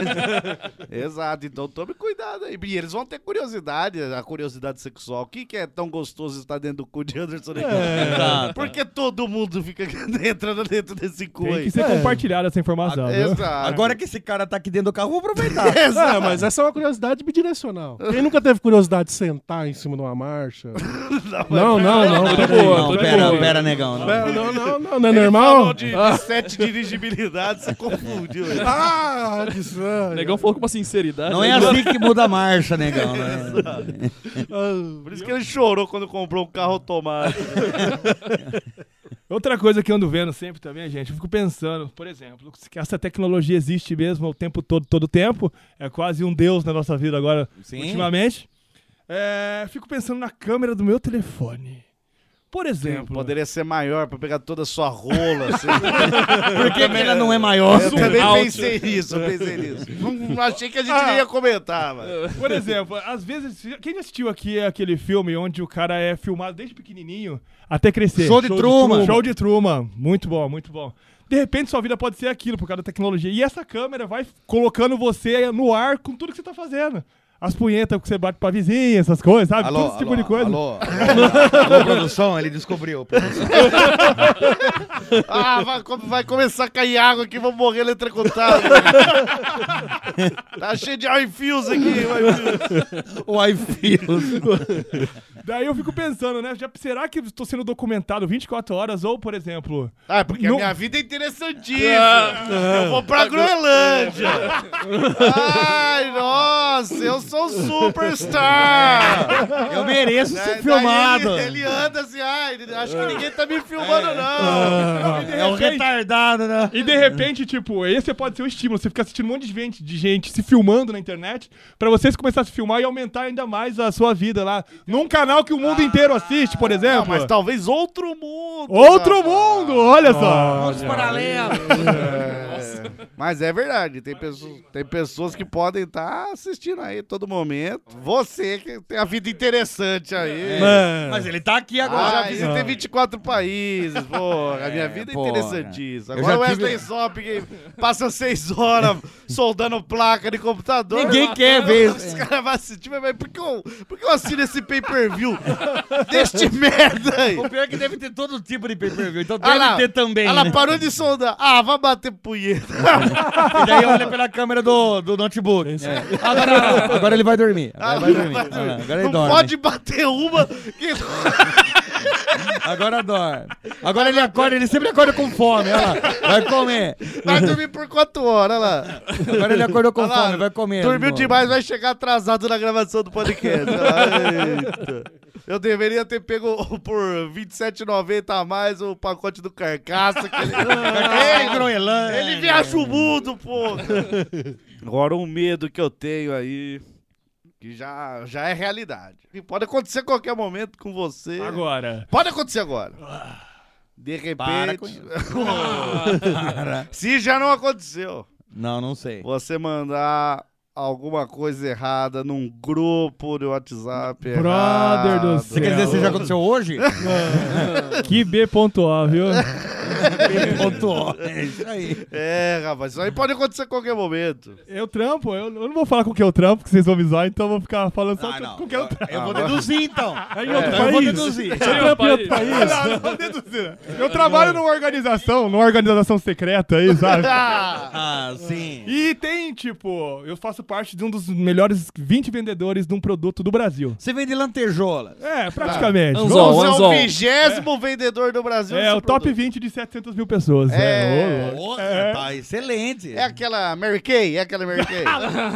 Exato, então tome cuidado aí. E eles vão ter curiosidade, a curiosidade sexual. O que, que é tão gostoso estar dentro do cu de Anderson Negão? Exato. Porque todo mundo fica entrando dentro desse cu Tem aí. que ser compartilhada essa informação, viu? Exato. Agora que esse cara tá aqui dentro do carro, vou aproveitar. É, mas essa é uma curiosidade bidirecional. Quem nunca teve curiosidade de sentar em cima de uma marcha? Não, não, não. Tô de peraí. boa, Não, tô de pera, boa. pera, negão. Não. Não, não, não, não, não é Ele normal? falou de, de sete dirigibilidades, você confundiu. ele. Ah, sinceridade. O Negão falou com uma sinceridade. Não é assim que muda a marcha, Negão, né? Por isso que ele chorou quando comprou um carro automático. Outra coisa que eu ando vendo sempre também, gente, eu fico pensando, por exemplo, que essa tecnologia existe mesmo o tempo todo, todo o tempo, é quase um deus na nossa vida agora, Sim. ultimamente. É, fico pensando na câmera do meu telefone. Por exemplo... Poderia ser maior pra pegar toda a sua rola. Assim. Por que, que ela não é maior? Eu também pensei nisso, eu pensei nisso. Não, não achei que a gente Ah. ia comentar, mano. Por exemplo, às vezes, quem já assistiu aqui aquele filme onde o cara é filmado desde pequenininho até crescer? Show de Truman. Show de Truman. Muito bom, muito bom. De repente, sua vida pode ser aquilo por causa da tecnologia. E essa câmera vai colocando você no ar com tudo que você tá fazendo. As punhetas que você bate pra vizinha, essas coisas, sabe? Alô, Todo esse tipo alô, de coisa. Alô, alô. Alô, produção, ele descobriu. Produção. Ah, vai, vai começar a cair água aqui, vou morrer eletrocutado. Tá cheio de iFios aqui. O iFios. Daí eu fico pensando, né? Já, será que estou sendo documentado vinte e quatro horas? Ou, por exemplo... Ah, porque no... a minha vida é interessantíssima. Eu vou pra Groenlândia. Ai, nossa, eu sou um superstar. Eu mereço Da- ser daí filmado. Ele, ele anda assim, ai, acho que ninguém tá me filmando, não. E de É um repente- retardado, né? E de repente, tipo, esse pode ser o estímulo. Você fica assistindo um monte de gente, de gente se filmando na internet pra vocês começarem a se filmar e aumentar ainda mais a sua vida lá. Num canal que o mundo inteiro assiste, por exemplo. Não, mas talvez outro mundo. Outro cara. mundo, olha só. Os paralelos. É, mas é verdade, tem pessoas, tem pessoas que podem estar assistindo aí todo momento. Você que tem a vida interessante aí. Mas ele tá aqui agora. Ah, já visitei vinte e quatro países, pô. A minha vida é porra. interessantíssima. Eu Agora o já tive- Wesley Zop que passa seis horas soldando placa de computador. Ninguém quer ver. Os caras vão assistir, mas por que eu, por que eu assino esse pay-per-view deste merda aí? O pior é que deve ter todo tipo de pay-per-view, então Ah deve lá, ter também. Ela né? parou de soldar. Ah, vai bater punheta. E daí olha pela câmera do, do notebook. É. Agora, agora ele vai dormir. Agora ele vai dormir. Ah, agora ele Não dorme. pode bater uma. Que... Agora dorme. Agora ele acorda, ele sempre acorda com fome. Olha lá, vai comer. Vai dormir por quatro horas, olha lá. Agora ele acordou com Olha lá, fome, vai comer. Dormiu de novo. demais, vai chegar atrasado na gravação do podcast. Olha lá, eita. Eu deveria ter pego por vinte e sete reais e noventa centavos a mais o pacote do Carcaça. Que ele... Ei, Groenlândia. ele viaja o mundo, pô. Agora um medo que eu tenho aí, que já, já é realidade. E pode acontecer a qualquer momento com você. Agora. Pode acontecer agora. De Para com repente. isso. Para. Se já não aconteceu, Não, não sei. você mandar alguma coisa errada num grupo de WhatsApp. Brother errado. do Você céu. quer dizer que já aconteceu hoje? Que B ponto A, viu? Ponto. É isso aí. É, rapaz, isso aí pode acontecer a qualquer momento. Eu trampo, eu, eu não vou falar com que eu trampo, porque vocês vão me zoar, então eu vou ficar falando só Ah, não. com que eu trampo. Eu vou deduzir então. É em outro Eu vou país. deduzir. Você trampa em outro país? Não, não, vou deduzir. Eu trabalho numa organização, numa organização secreta aí, sabe? Ah, sim. E tem, tipo, eu faço parte de um dos melhores vinte vendedores de um produto do Brasil. Você vende lantejola. É, praticamente. Anzol, Você é o Anzol. vigésimo vendedor do Brasil. É, desse o top produto. vinte de setecentas mil pessoas. É. É, ô, louco. Porra, É. tá excelente. É aquela Mary Kay? É aquela Mary Kay?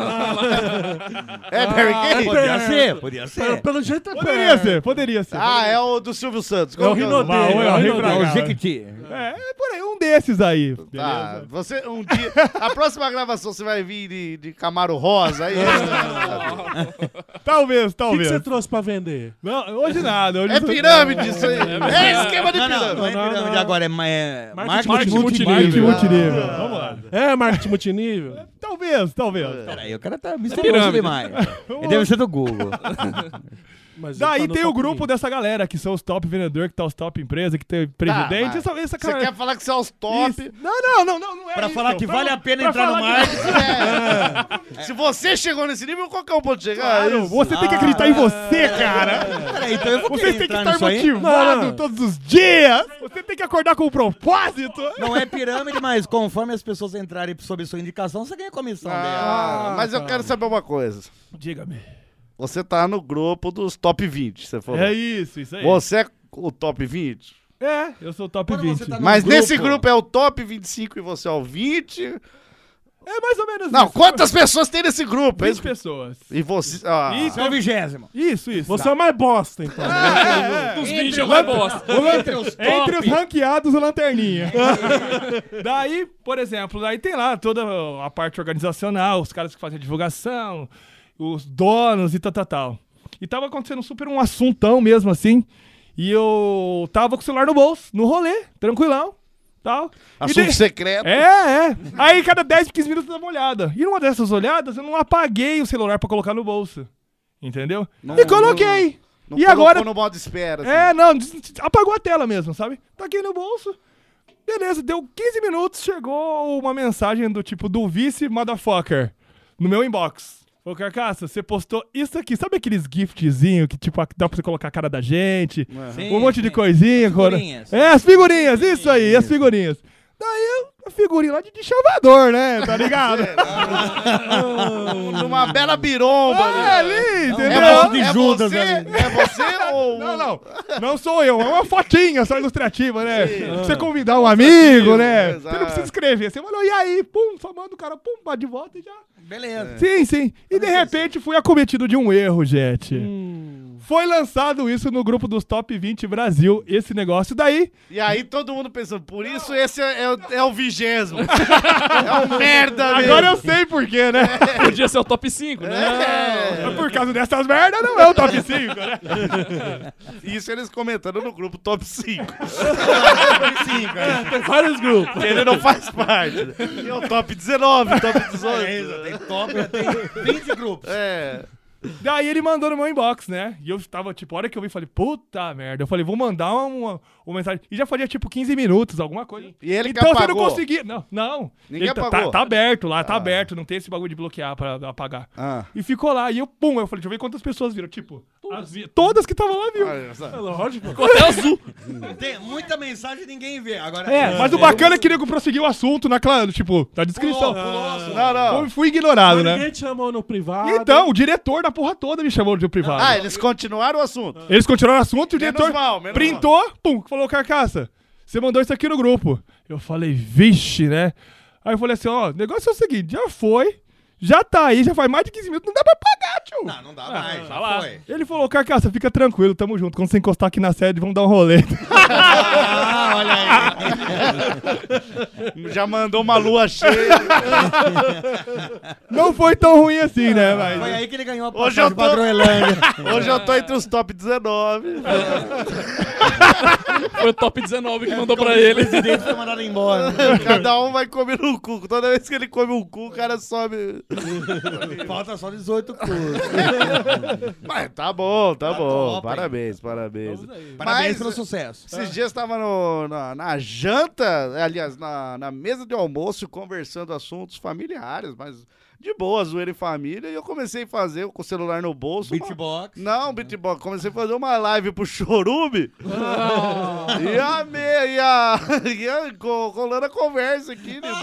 é Mary Kay? Podia ser, podia Pelo, ser. pelo jeito é Poderia ser, poderia ser. Ah, é o do Silvio Santos. É o Qual que é Rinodê. Mas, É o é o Rinodê. É o Rinodê. Jequiti. É, é por aí, um desses aí. Tá, Beleza? você um dia. A próxima gravação você vai vir de, de Camaro Rosa aí. Talvez, O que, que talvez. você trouxe pra vender? Não, hoje nada. Hoje É pirâmide isso aí. É esquema de Não, não, pirâmide. não é Não, pirâmide não. agora, é, ma- é marketing, Marketing multinível. multinível. multinível. Vamos lá. É marketing multinível? Talvez, talvez. Peraí, o cara tá misterioso pirâmide. demais. Ele deve ser do Google. Mas Daí ele tá no tem o top grupo vinte. dessa galera, que são os top vendedores, que tá os top empresas, que tem presidente. mas essa, essa Você cara... quer falar que você é os top? Isso. Não, não, não, não, não é Pra isso. falar que vale a pena pra entrar no falar que- marketing. É. Se você chegou nesse nível, qualquer um pode chegar. Claro, Isso. você tem que acreditar em você, cara. Peraí, então eu vou Você querer tem que entrar estar nisso aí. motivado Não, não. todos os dias. Você tem que acordar com um propósito. Não é pirâmide, mas conforme as pessoas entrarem sob sua indicação, você ganha comissão dela. Ah, mas eu quero saber uma coisa. Diga-me. Você tá no grupo dos top vinte, você falou. É isso, isso aí. Você é o top vinte? É, eu sou o top Quando vinte. você tá no Mas grupo- nesse grupo é o top vinte e cinco e você é o vinte? É mais ou menos Não, isso. quantas pessoas tem nesse grupo? vinte pessoas. E você... Ah. Isso é o vigésimo. Isso, isso. Você é o mais bosta, então. É, é. Dos vinte é mais bosta. Entre os, entre os ranqueados, o lanterninha. Daí, por exemplo, daí tem lá toda a parte organizacional, os caras que fazem a divulgação, os donos e tal, tal, tal. E tava acontecendo super um assuntão mesmo, assim. E eu tava com o celular no bolso, no rolê, tranquilão. Tal. Assunto de... secreto. É, é. Aí cada dez, quinze minutos eu dava uma olhada. E numa dessas olhadas eu não apaguei o celular pra colocar no bolso. Entendeu? Não, e coloquei. Não, não e colocou agora no modo espera. Assim. É, não, apagou a tela mesmo, sabe? Taquei no bolso. Beleza, deu quinze minutos, chegou uma mensagem do tipo do vice motherfucker no meu inbox. Ô, Carcaça, você postou isso aqui. Sabe aqueles giftzinhos que, tipo, dá pra você colocar a cara da gente? Sim, um monte sim. de coisinha. Figurinhas. É, as figurinhas, isso aí, isso. As figurinhas. Daí, a figurinha lá de, de chavador, né? Tá ligado? Numa bela biromba. É, ali, entendeu? É, de é Judas você, ali. é você ou... Não, não. Não sou eu. É uma fotinha só ilustrativa, né? Pra você convidar um amigo, né? Exato. Você não precisa escrever. Você falou, e aí? Pum, só manda o cara, pum, bate de volta e já... Beleza. Sim, sim. E de repente fui acometido de um erro, gente. Foi lançado isso no grupo dos Top vinte Brasil, esse negócio daí. E aí todo mundo pensando, por isso esse é, é o, é o vigésimo. É um merda mesmo. Agora eu sei por quê, né? Podia ser o top cinco, né? É. Por causa dessas merdas, não é o top cinco, né? Isso eles comentando no grupo Top cinco. Tem vários grupos. Que ele não faz parte. Né? E o Top dezenove, Top dezoito. É isso, tem top, tem vinte grupos. É. Daí ele mandou no meu inbox, né? E eu tava, tipo, a hora que eu vi, falei, puta merda. Eu falei, vou mandar uma, uma mensagem. E já fazia, tipo, quinze minutos, alguma coisa. E ele que então você não apagou? conseguia. Não, não. Ninguém Ele tá, apagou? tá, tá aberto lá, tá Ah. aberto. Não tem esse bagulho de bloquear pra apagar. Ah. E ficou lá. E eu, pum, eu falei, deixa eu ver quantas pessoas viram. Tipo, as vi- todas que estavam lá viram. Ah, Lógico. Ficou até azul. Tem muita mensagem e ninguém vê. Agora, É, mas o bacana é que nego prosseguiu o assunto na clã, tipo, na descrição. Não, não. Fui, fui ignorado, Mas né? ninguém te chamou no privado. Então, o diretor da porra toda me chamou de privado. Ah, eles continuaram o assunto. Eles continuaram o assunto e o Menos diretor mal, menos printou, pum, falou, Carcaça, você mandou isso aqui no grupo. Eu falei, vixe, né? Aí eu falei assim, ó, o negócio é o seguinte, já foi, já tá aí, já faz mais de quinze minutos, não dá pra pagar, tio. Não, não dá mais. tá Já lá. foi. Ele falou, Carcaça, fica tranquilo, tamo junto. Quando você encostar aqui na sede, vamos dar um rolê. Ah, olha aí. Já mandou uma lua cheia. Não foi tão ruim assim, né? Mas... Foi aí que ele ganhou a Hoje passagem eu pra tô- Groenlândia. Hoje eu tô entre os top dezenove. Foi o top dezenove que mandou pra ele. O presidente foi mandado embora. Cada um vai comer um cu. Toda vez que ele come um cu, o cara sobe. Falta só dezoito cursos. Mas tá bom, tá, bom. top, parabéns, parabéns. Parabéns Mas, pelo sucesso. Esses dias tava no, na, na janta, aliás, na, na mesa de almoço, conversando assuntos familiares, mas de boa, zoeira em família, e eu comecei a fazer com o celular no bolso. uma- Beatbox. Não, beatbox. Comecei a fazer uma live pro Chorume. E a meia, e a, e a co- rolando a conversa aqui, né?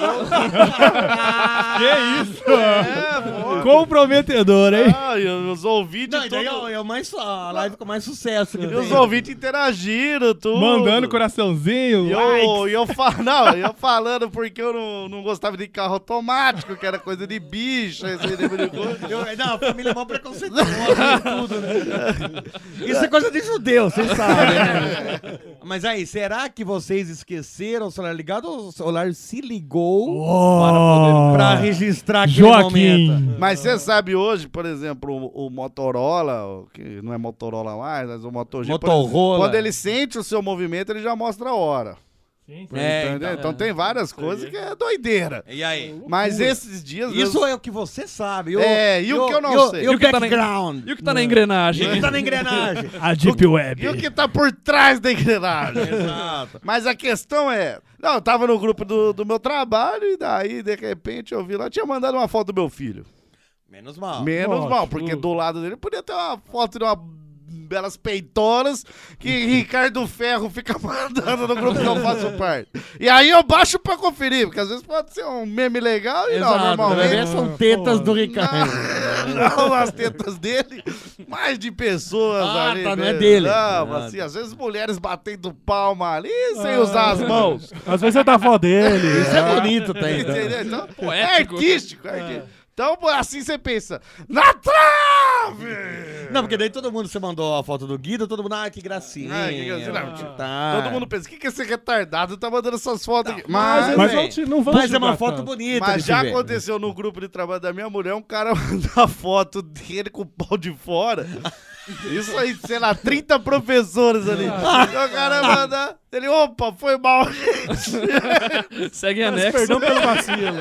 Que isso? É, pô. Comprometedor, hein? Ah, e os ouvintes Não, e daí tudo- é, é o mais, a live com mais sucesso que e tem. os ouvintes interagindo, tudo. Mandando coraçãozinho, E likes. eu, e eu, fa- não, e eu falando porque eu não, não gostava de carro automático, que era coisa de bicho, esse tipo de coisa. Eu, não, a família é mó preconceituosa e tudo, né? Isso é coisa de judeu, vocês sabem, né? Mas aí, será que vocês esqueceram o celular ligado ou o celular se ligou para poder, pra registrar aquele Joaquim. momento? Mas você sabe hoje, por exemplo, o, o Motorola, o que não é Motorola mais, mas o Moto G, por exemplo, Motorola. quando ele sente o seu movimento, ele já mostra a hora. Sim, sim. É, Entendeu? então, Então, tem várias coisas que é doideira. E aí? Mas esses dias... Isso é o que você sabe. É, e o que eu não e o- sei? E o E o que tá na- background? E o que tá na engrenagem? E o que tá na engrenagem? A Deep Web. E o que tá por trás da engrenagem? Exato. Mas a questão é... Não, eu tava no grupo do, do meu trabalho e daí, de repente, eu vi lá, tinha mandado uma foto do meu filho. Menos mal. Menos lógico. mal, porque do lado dele podia ter uma foto de uma belas peitonas que Ricardo Ferro fica mandando no grupo que eu faço parte. E aí eu baixo pra conferir, porque às vezes pode ser um meme legal e não, Exato. Vai ver, normalmente... são tetas do Ricardo. Não, as tetas dele, mas de pessoas Ah, ali. tá, não é né? dele. Não, Ah, assim, às vezes mulheres batendo palma ali sem usar as mãos. Às vezes é da avó dele. Isso é bonito, tem. Entendeu? Então, é Poético. artístico. É artístico. Então, assim você pensa, na trave! Não, porque daí todo mundo, você mandou a foto do Guido, todo mundo, ah, que gracinha. Ah, que gracinha. Não, tipo, tá. Todo mundo pensa, o que, que esse retardado tá mandando essas fotos aqui? Mas, Mas, mas bem, não, te- não vão Mas é julgar uma foto tanto. bonita. mas de se já ver. aconteceu no grupo de trabalho da minha mulher, um cara mandar foto dele com o pau de fora. Isso aí, sei lá, trinta professores ali. O cara manda, ele, opa, foi mal, gente. Segue a Mas anexo. perdão pelo vacilo.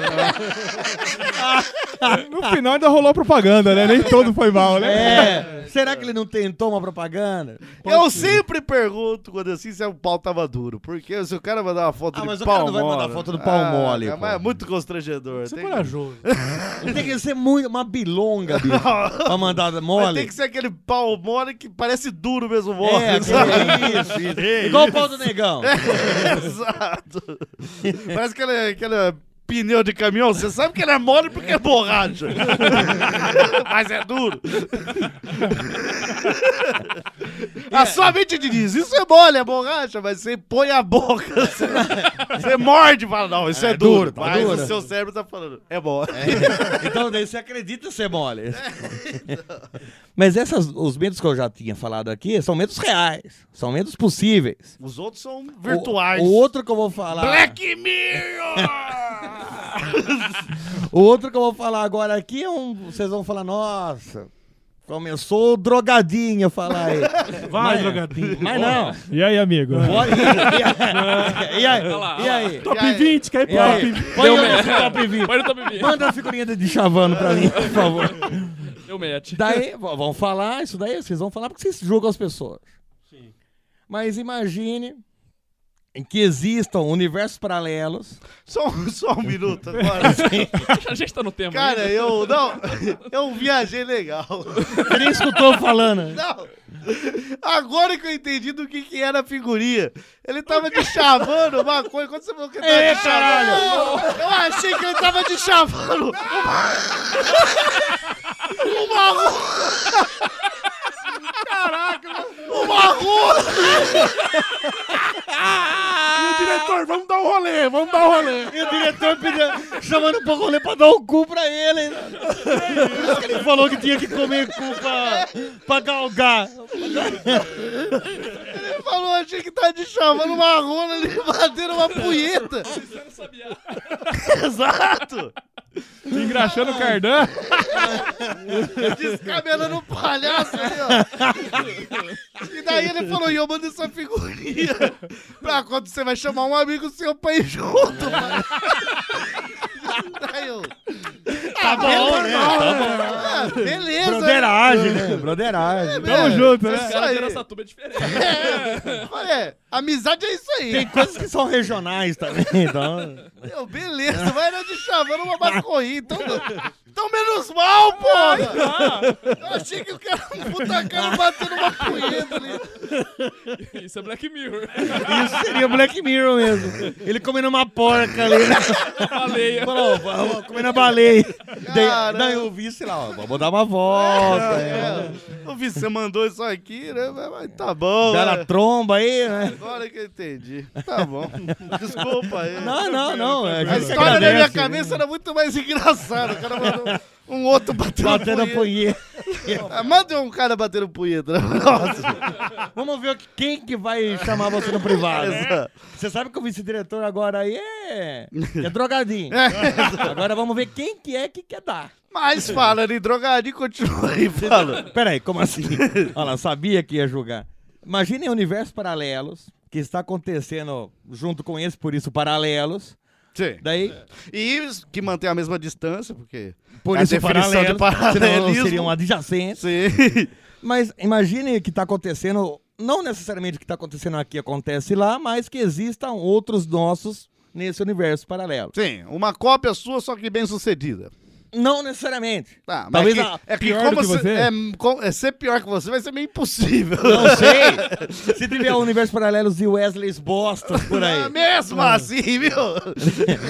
No final ainda rolou propaganda, né? Nem todo foi mal, né? É. Será que ele não tentou uma propaganda? Eu sempre pergunto quando assim se o pau tava duro. Porque se o cara mandar uma foto Ah, de mas o pau cara não vai mole, mandar foto do pau ah, mole, cara, pô. mas é muito constrangedor. Você é Tem que- corajoso. Tem que ser muito, uma bilonga, bicho. Pra mandar Mas mole. tem que ser aquele pau mole que parece duro mesmo mole. É, sabe? aquele- isso, isso. Igual o pau do negão. Exato. Parece aquele, aquele pneu de caminhão. Você sabe que ele é mole porque é borracha. Mas é duro. A sua mente diz, isso é mole, é borracha, mas você põe a boca, você, você morde e fala, não, isso é, É duro. duro, tá Mas duro. o seu cérebro tá falando, é mole. É. Então daí você acredita ser mole. Mas essas, os medos que eu já tinha falado aqui são medos reais. São medos possíveis. Os outros são virtuais. O, o outro que eu vou falar... Black Mirror! O outro que eu vou falar agora aqui é um... Vocês vão falar, nossa... Começou o drogadinho falar aí. Vai, Mas- drogadinho. Mas não. E aí, amigo? Pode ir. E, e aí? E aí? Top vinte, cai E aí? top. Põe o top vinte. Põe no top vinte. Manda a figurinha de chavando pra mim, por favor. Deu match. Daí, v- vão falar isso daí, vocês vão falar porque vocês julgam as pessoas. Sim. Mas imagine que existam universos paralelos. Só, um- só um minuto agora. A gente tá no tema. Cara, ainda. eu não. Eu viajei legal. Você nem escutou falando. Não. Agora que eu entendi do que, que era a figurinha. Ele tava de chavando uma coisa. Quando você falou que ele tava É, de chavando. Eu achei que ele tava de chavando. Uma rola. Caraca, uma rola. E o diretor, vamos dar um rolê, vamos dar um rolê. E o diretor pediu, chamando pro rolê pra dar o cu pra ele. Por isso que ele falou que tinha que comer cu pra, pra galgar. Ele falou, achei que tava de chavando uma rola ali, batendo uma punheta. Exato. Engraxando o cardan. Descabelando o palhaço ali, ó. E daí ele falou, e eu mando essa figurinha pra quando você vai chamar um amigo seu pra ir junto. Daí eu... Tá bom, né? Tá bom. Ah, beleza. Broderagem, né? Broderagem. Tamo junto, né? Isso Os caras aí. de Araçatuba é diferente. É, olha, amizade é isso aí. Tem coisas que são regionais também, então... Meu, beleza, vai na de chavando uma maconha, então, então menos mal, porra! Eu achei que o cara, um puta cara batendo uma punheta ali. Isso é Black Mirror. Isso seria Black Mirror mesmo. Ele comendo uma porca ali. Baleia. Falou, vamos comendo a baleia. Daí, Caramba. daí eu vi, sei lá, ó, vamos dar uma volta. é. É, eu vi, você mandou isso aqui, né? Mas, mas tá bom. Bela né? tromba aí, né? Agora que eu entendi. Tá bom. Desculpa aí. Não, não, não. A, A gente história da minha agradece, cabeça era muito mais engraçada. O cara mandou um outro batendo, Batendo a punheta. punheta. Ah, manda um cara batendo punheta. Nossa. Vamos ver quem que vai chamar você no privado. Exato. Você sabe que o vice-diretor agora aí é, é drogadinho. Agora vamos ver quem que é que quer dar. Mas falando em drogadinho, continua aí, fala. Peraí, como assim? Olha lá, sabia que ia julgar. Imaginem universos paralelos que está acontecendo junto com esse, por isso paralelos. Sim. Daí, E que mantém a mesma distância, porque por a isso definição de paralelos, senão paralelismo seriam adjacentes. Sim. Mas imagine que está acontecendo, não necessariamente o que está acontecendo aqui acontece lá, mas que existam outros nossos nesse universo paralelo. Sim, uma cópia sua, só que bem sucedida. Não necessariamente. Tá, mas Talvez é a- que, é que pior como do que se- você? É, com- é ser pior que você vai ser meio impossível. Não sei. Se tiver universos paralelos e Wesley Boston por aí. É mesmo assim, viu?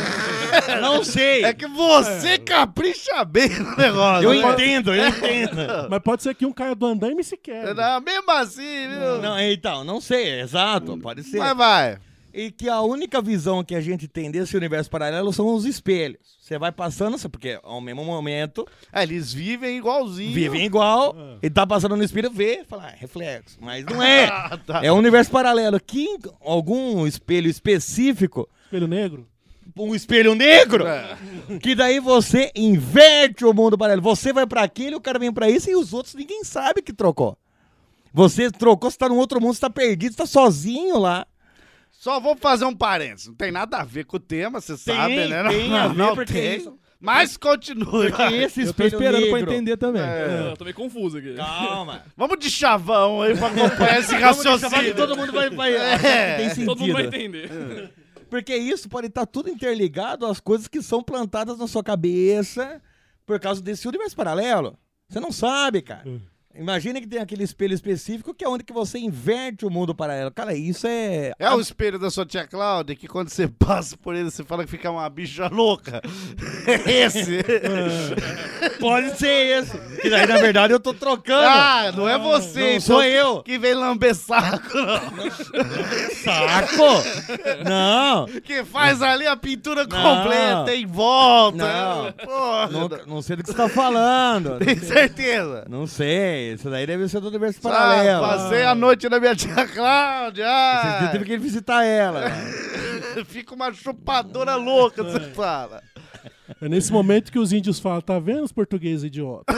Não sei. É que você capricha bem no negócio. Eu né? entendo, eu entendo. Mas pode ser que um caia do andaime e se quebra. Não, mesmo assim, viu? Não, então, não sei, exato, pode ser. Mas vai. E que a única visão que a gente tem desse universo paralelo são os espelhos. Você vai passando, porque ao mesmo momento... É, eles vivem igualzinho. Vivem igual, e tá passando no espelho, vê, fala, ah, reflexo. Mas não é. Ah, tá. É um universo paralelo. Que em algum espelho específico... Espelho negro? Um espelho negro, É. que daí você inverte o mundo paralelo. Você vai pra aquele, o cara vem pra isso, e os outros ninguém sabe que trocou. Você trocou, você tá num outro mundo, você tá perdido, você tá sozinho lá. Só vou fazer um parênteses. Não tem nada a ver com o tema, você Tem, sabe, né? tem não, a ver, não porque tem. isso- Mas continue. Porque esse Eu tô espelho esperando negro... pra entender também. É. Eu tô meio confuso aqui. Calma. Vamos de chavão aí pra acompanhar esse Vamos deixar que raciocínio. todo mundo vai, vai É. achar que tem sentido. Todo mundo vai entender. Porque isso pode estar tudo interligado às coisas que são plantadas na sua cabeça por causa desse universo paralelo. Você não sabe, cara. Imagina que tem aquele espelho específico que é onde que você inverte o mundo paralelo. Cara, isso é... É o espelho da sua tia Cláudia, que quando você passa por ele, você fala que fica uma bicha louca. É esse. Pode ser esse. Que daí, na verdade, eu tô trocando. Ah, não é você. Não então, sou eu. Que vem lamber saco, não. Saco? Não. Que faz ali a pintura Não. completa em volta. Não. Porra. Não, não sei do que você tá falando. Tem certeza? Não sei. Isso daí deve ser do universo Ah, paralelo. passei a noite na minha tia Cláudia. Você Ah, teve que ir visitar ela. fica uma chupadora louca, você fala. É nesse momento que os índios falam, tá vendo os portugueses idiotas?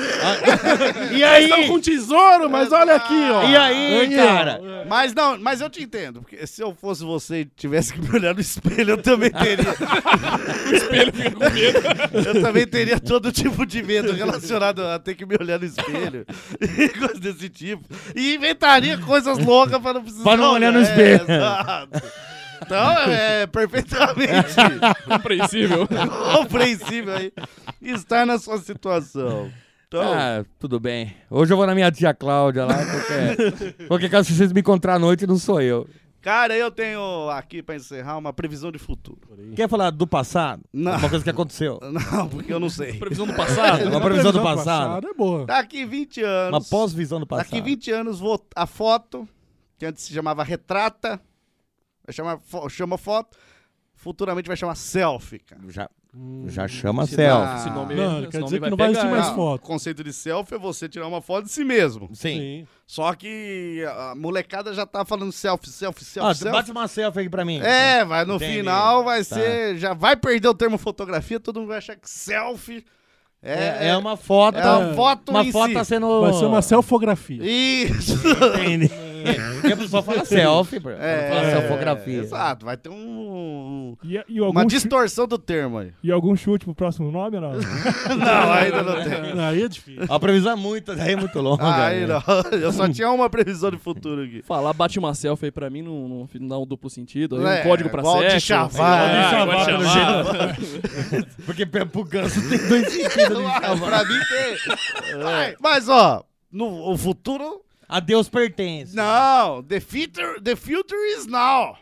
E aí? Estão com tesouro, mas olha aqui, ó. E aí, cara? Mas não, mas eu te entendo, porque se eu fosse você e tivesse que me olhar no espelho, eu também teria. O espelho fica com medo. Eu também teria todo tipo de medo relacionado a ter que me olhar no espelho e coisas desse tipo. E inventaria coisas loucas para não precisar. Pra não olhar no É, espelho. exato. Então é perfeitamente Compreensível. compreensível aí estar na sua situação. Então, Ah, tudo bem. Hoje eu vou na minha tia Cláudia lá. Qualquer, qualquer caso, se vocês me encontrar à noite, não sou eu. cara, eu tenho aqui para encerrar uma previsão de futuro. Quer falar do passado? Não. Uma coisa que aconteceu. Não, porque eu não sei. Previsão do passado? Uma previsão do passado. é boa. Daqui vinte anos. Uma pós-visão do passado. Daqui vinte anos, vou, a foto, que antes se chamava retrata, vai chamar, fo- chama foto, futuramente vai chamar selfie, cara. Já, já chama Esse selfie. dá- Esse nome, Não, esse quer nome dizer que vai não vai pegar. existir mais Ah, foto. O conceito de selfie é você tirar uma foto de si mesmo. Sim. Sim. Só que a molecada já tá falando selfie, selfie, selfie, Ah, selfie. bate uma selfie aí pra mim. É, vai no Entendi. final vai Tá. ser, já vai perder o termo fotografia, todo mundo vai achar que selfie É, é uma foto. é uma foto Uma em foto si. tá sendo. Vai ser uma selfografia. Isso. Entende? Porque a pessoa fala selfie, bro. É, Fala selfografia. Exato, vai ter um, E, e, algum uma chu- distorção do termo aí. e algum chute pro próximo nome, ou não? Não, ainda não tem. Aí é difícil. A previsão é muito, aí é muito longa. Ah, aí né? não. Eu só tinha uma previsão de futuro aqui. Falar bate uma selfie aí pra mim não, não, não dá um duplo sentido. Aí É, um código pra igual de sexo. chavar. É, Chavar, igual de pelo chavar. Porque pro ganso tem dois sentidos de Ah, chavar. pra mim tem. Vai. Mas, ó, no o futuro... A Deus pertence. Não, the future, the future is now.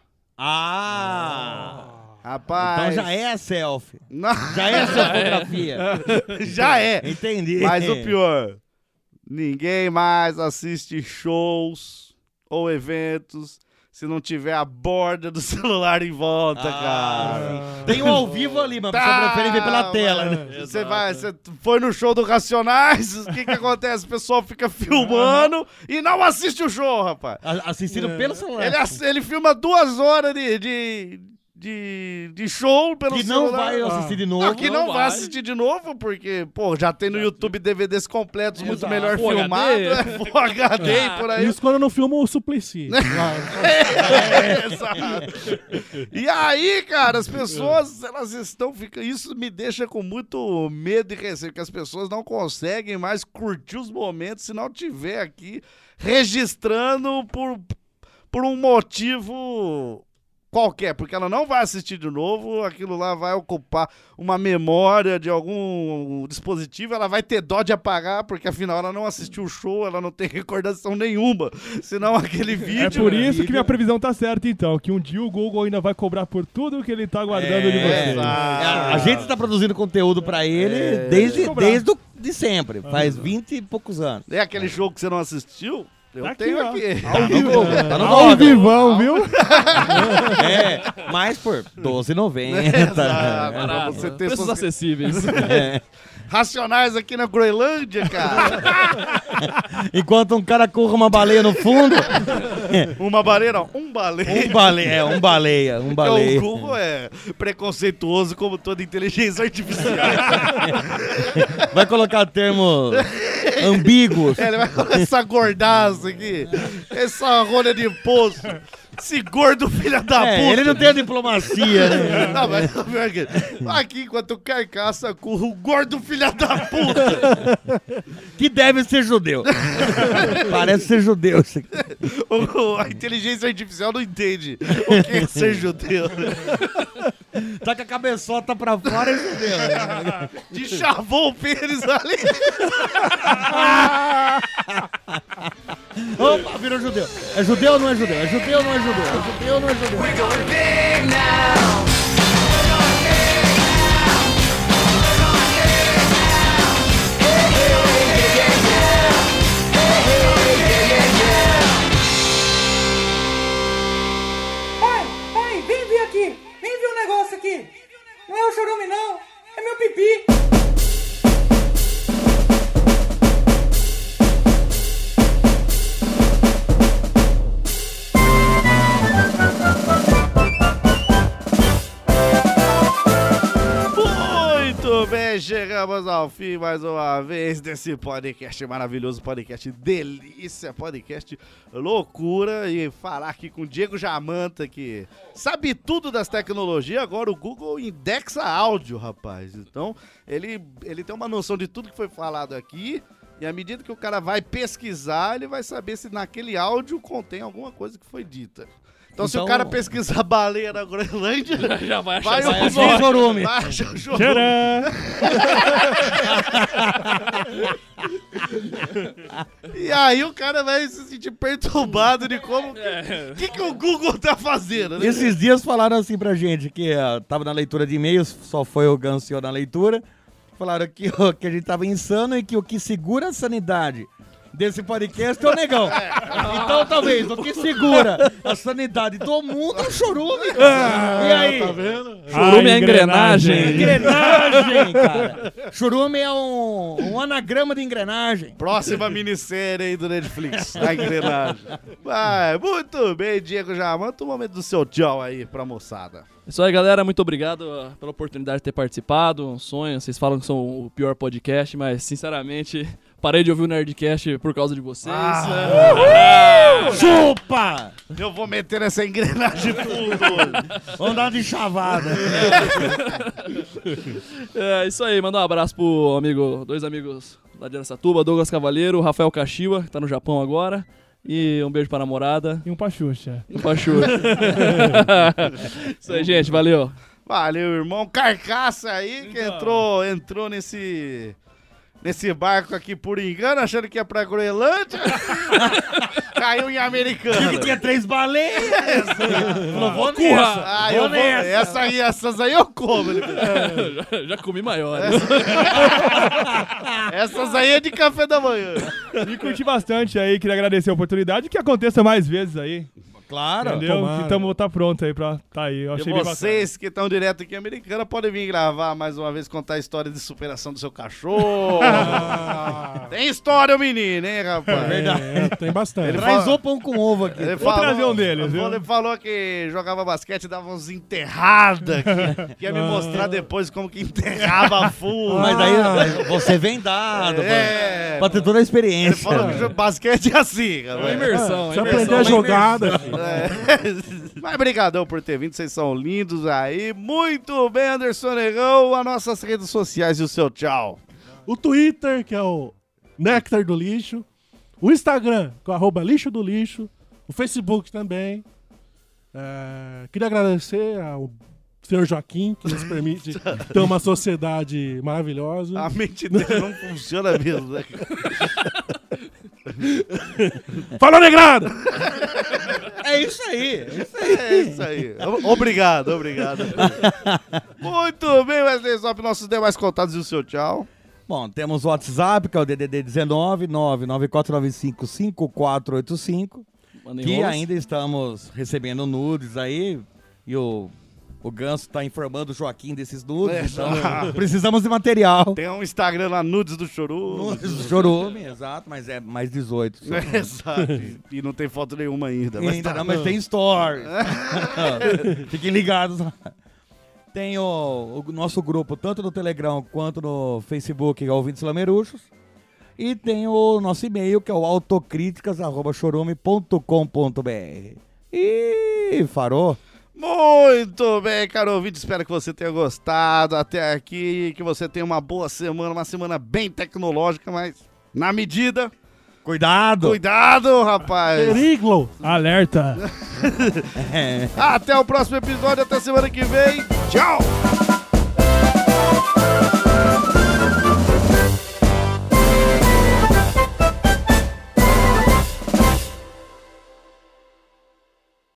Ah! Rapaz. Então já é a selfie. Não, Já é a selfografia. já é. Entendi. Mas o pior, ninguém mais assiste shows ou eventos se não tiver a borda do celular em volta, Ah, cara. sim. Tem um ao vivo ali, mas você prefere ver pela tela, né? Você vai, você foi no show do Racionais, o que que acontece? O pessoal fica filmando e não assiste o show, rapaz. A- Assistindo pelo celular. Ele, ass- ele filma duas horas de, de, de, de show pelo Que não celular. vai assistir de novo. Não, que não, Não vai vai. assistir de novo, porque, pô, já tem no YouTube D V Ds completos, muito Exato. melhor Full filmado, H D. é Full H D e por aí. Isso quando eu não filmo o Suplicy. É, exato. E aí, cara, as pessoas, elas estão ficando... Isso me deixa com muito medo e receio, que as pessoas não conseguem mais curtir os momentos se não tiver aqui registrando por, por um motivo qualquer, porque ela não vai assistir de novo, aquilo lá vai ocupar uma memória de algum dispositivo, ela vai ter dó de apagar, porque afinal ela não assistiu o show, ela não tem recordação nenhuma, senão aquele vídeo... É por isso vídeo... que minha previsão tá certa, então, que um dia o Google ainda vai cobrar por tudo que ele tá guardando É, de você. A, a gente tá produzindo conteúdo pra ele É. desde, Cobrar. desde o, de sempre, faz vinte e poucos anos. É aquele jogo que você não assistiu? Eu Tá aqui, tenho ó. aqui. Tá no Google, tá no Ao Google. vivão, viu? É, mas por doze reais e noventa Exato. centavos. Pra Barato, você ter preços suas- acessíveis. É. Racionais aqui na Groenlândia, cara. Enquanto um cara corra uma baleia no fundo, Uma baleia, não, um baleia. um baleia, é, um baleia, um Então, baleia. o Google é preconceituoso como toda inteligência artificial. Vai colocar termos ambíguos. É, ele vai colocar essa gordaça aqui, essa rolha de poço, esse gordo filho da É, puta. ele não tem a diplomacia, né? Não, mas o pior é que- aqui enquanto carcaça com o gordo filho da puta. Que deve ser judeu. Parece ser judeu. Isso aqui. O- a inteligência artificial não entende o que é ser judeu. Tá com a cabeçota pra fora, é judeu. né? De chavou o pênis ali. Opa, virou judeu. É judeu ou não é judeu? É judeu ou não é judeu? É judeu ou não é judeu? Pai, pai, vem ver aqui. Vem ver um negócio aqui. Não é o chorume, não. É meu pipi. Muito bem, chegamos ao fim mais uma vez desse podcast maravilhoso, podcast delícia, podcast loucura. E falar aqui com o Diego Jamanta, que sabe tudo das tecnologias. Agora o Google indexa áudio, rapaz. Então ele, ele tem uma noção de tudo que foi falado aqui. E à medida que o cara vai pesquisar, ele vai saber se naquele áudio contém alguma coisa que foi dita. Então, se o Então- cara pesquisar baleia na Groenlândia, Já vai achar vai essa o achar o chorume. Vai achar o chorume. Tcharam! E aí o cara vai se sentir perturbado de como... O que, que o Google tá fazendo, né? Esses dias falaram assim pra gente que uh, tava na leitura de e-mails, só foi o Gancio na leitura. Falaram que, ó, que a gente tava insano e que o que segura a sanidade desse podcast é o negão. Então, talvez, o que segura a sanidade do mundo é o chorume. E aí? Tá vendo? Chorume Ah, é engrenagem. Engrenagem, cara. Chorume é um, um anagrama de engrenagem. Próxima minissérie aí do Netflix, a engrenagem. Vai, muito bem, Diego Jamanta, o momento do seu tchau aí pra moçada. Isso aí, galera. Muito obrigado uh, pela oportunidade de ter participado. Um sonho. Vocês falam que são o pior podcast, mas, sinceramente, parei de ouvir o Nerdcast por causa de vocês. Ah. Chupa! Eu vou meter essa engrenagem tudo hoje. Vamos dar uma de chavada. É isso aí. Mandar um abraço pro amigo, dois amigos lá de Aracatuba, Douglas Cavaleiro, Rafael Kashiwa, que tá no Japão agora. E um beijo pra namorada. E um pra Xuxa. E um pra Xuxa. Isso aí, gente. Valeu. Valeu, irmão. Carcaça aí que Então. entrou, entrou nesse... Nesse barco aqui por engano, achando que ia pra Groenlândia. Caiu em Americana. Que tinha três baleias. Falou, vou Curra. nessa. Ah, vou eu vou, nessa. essa aí, essas aí eu como. Ele- já, já comi maiores. Essas aí é de café da manhã. E curti bastante aí, queria agradecer a oportunidade, que aconteça mais vezes aí. Claro. Entendeu? tomara. Que tamo, tá pronto aí pra tá aí. Eu E achei bem vocês que estão direto aqui em Americana podem vir gravar mais uma vez, contar a história de superação do seu cachorro. Tem história, o menino, hein, rapaz? Verdade. É, tem bastante. Ele Traz fala- o pão com ovo aqui. Ele Vou trazer um deles, viu? Ele falou que jogava basquete e dava uns enterradas. Que, que ia me mostrar depois como que enterrava full. Mas daí você vem dado. É. Pra, pra ter toda a Ele experiência. falou que jo- basquete é assim, É uma cara. imersão. Se é aprender imersão. a jogada. É. Mas brigadão por ter vindo, vocês são lindos aí. Muito bem, Anderson Negão, as nossas redes sociais e o seu tchau. O Twitter, que é o Néctar do Lixo. O Instagram, que é o arroba lixo do lixo. O Facebook também. É, queria agradecer ao senhor Joaquim, que nos permite ter uma sociedade maravilhosa. A mente dele não funciona mesmo, né? Fala, negrada! É isso aí, é isso aí. É isso aí. Obrigado, obrigado. Muito bem, Wesley Zop, nossos demais contatos e o seu tchau. Bom, temos o WhatsApp, que é o D D D dezenove, nove nove quatro nove cinco, cinco quatro oito cinco, Mandem que rolas. ainda estamos recebendo nudes aí, e o, o Ganso tá informando o Joaquim desses nudes, É, então já. precisamos de material. Tem um Instagram lá, Nudes do Chorume. Nudes do Chorume, exato, mas é mais dezoito. Só. É, exato. E não tem foto nenhuma ainda. Mas Ainda tá... não, mas tem stories. Fiquem ligados lá. Tem o, o nosso grupo, tanto no Telegram quanto no Facebook, que é Ouvintes Lameruxos. E tem o nosso e-mail, que é o autocríticas arroba chorume ponto com ponto b r. E farou. Muito bem, caro ouvinte, espero que você tenha gostado até aqui, que você tenha uma boa semana, uma semana bem tecnológica, mas na medida. Cuidado! Cuidado, rapaz! Perigo! Alerta! É. Até o próximo episódio, até semana que vem. Tchau!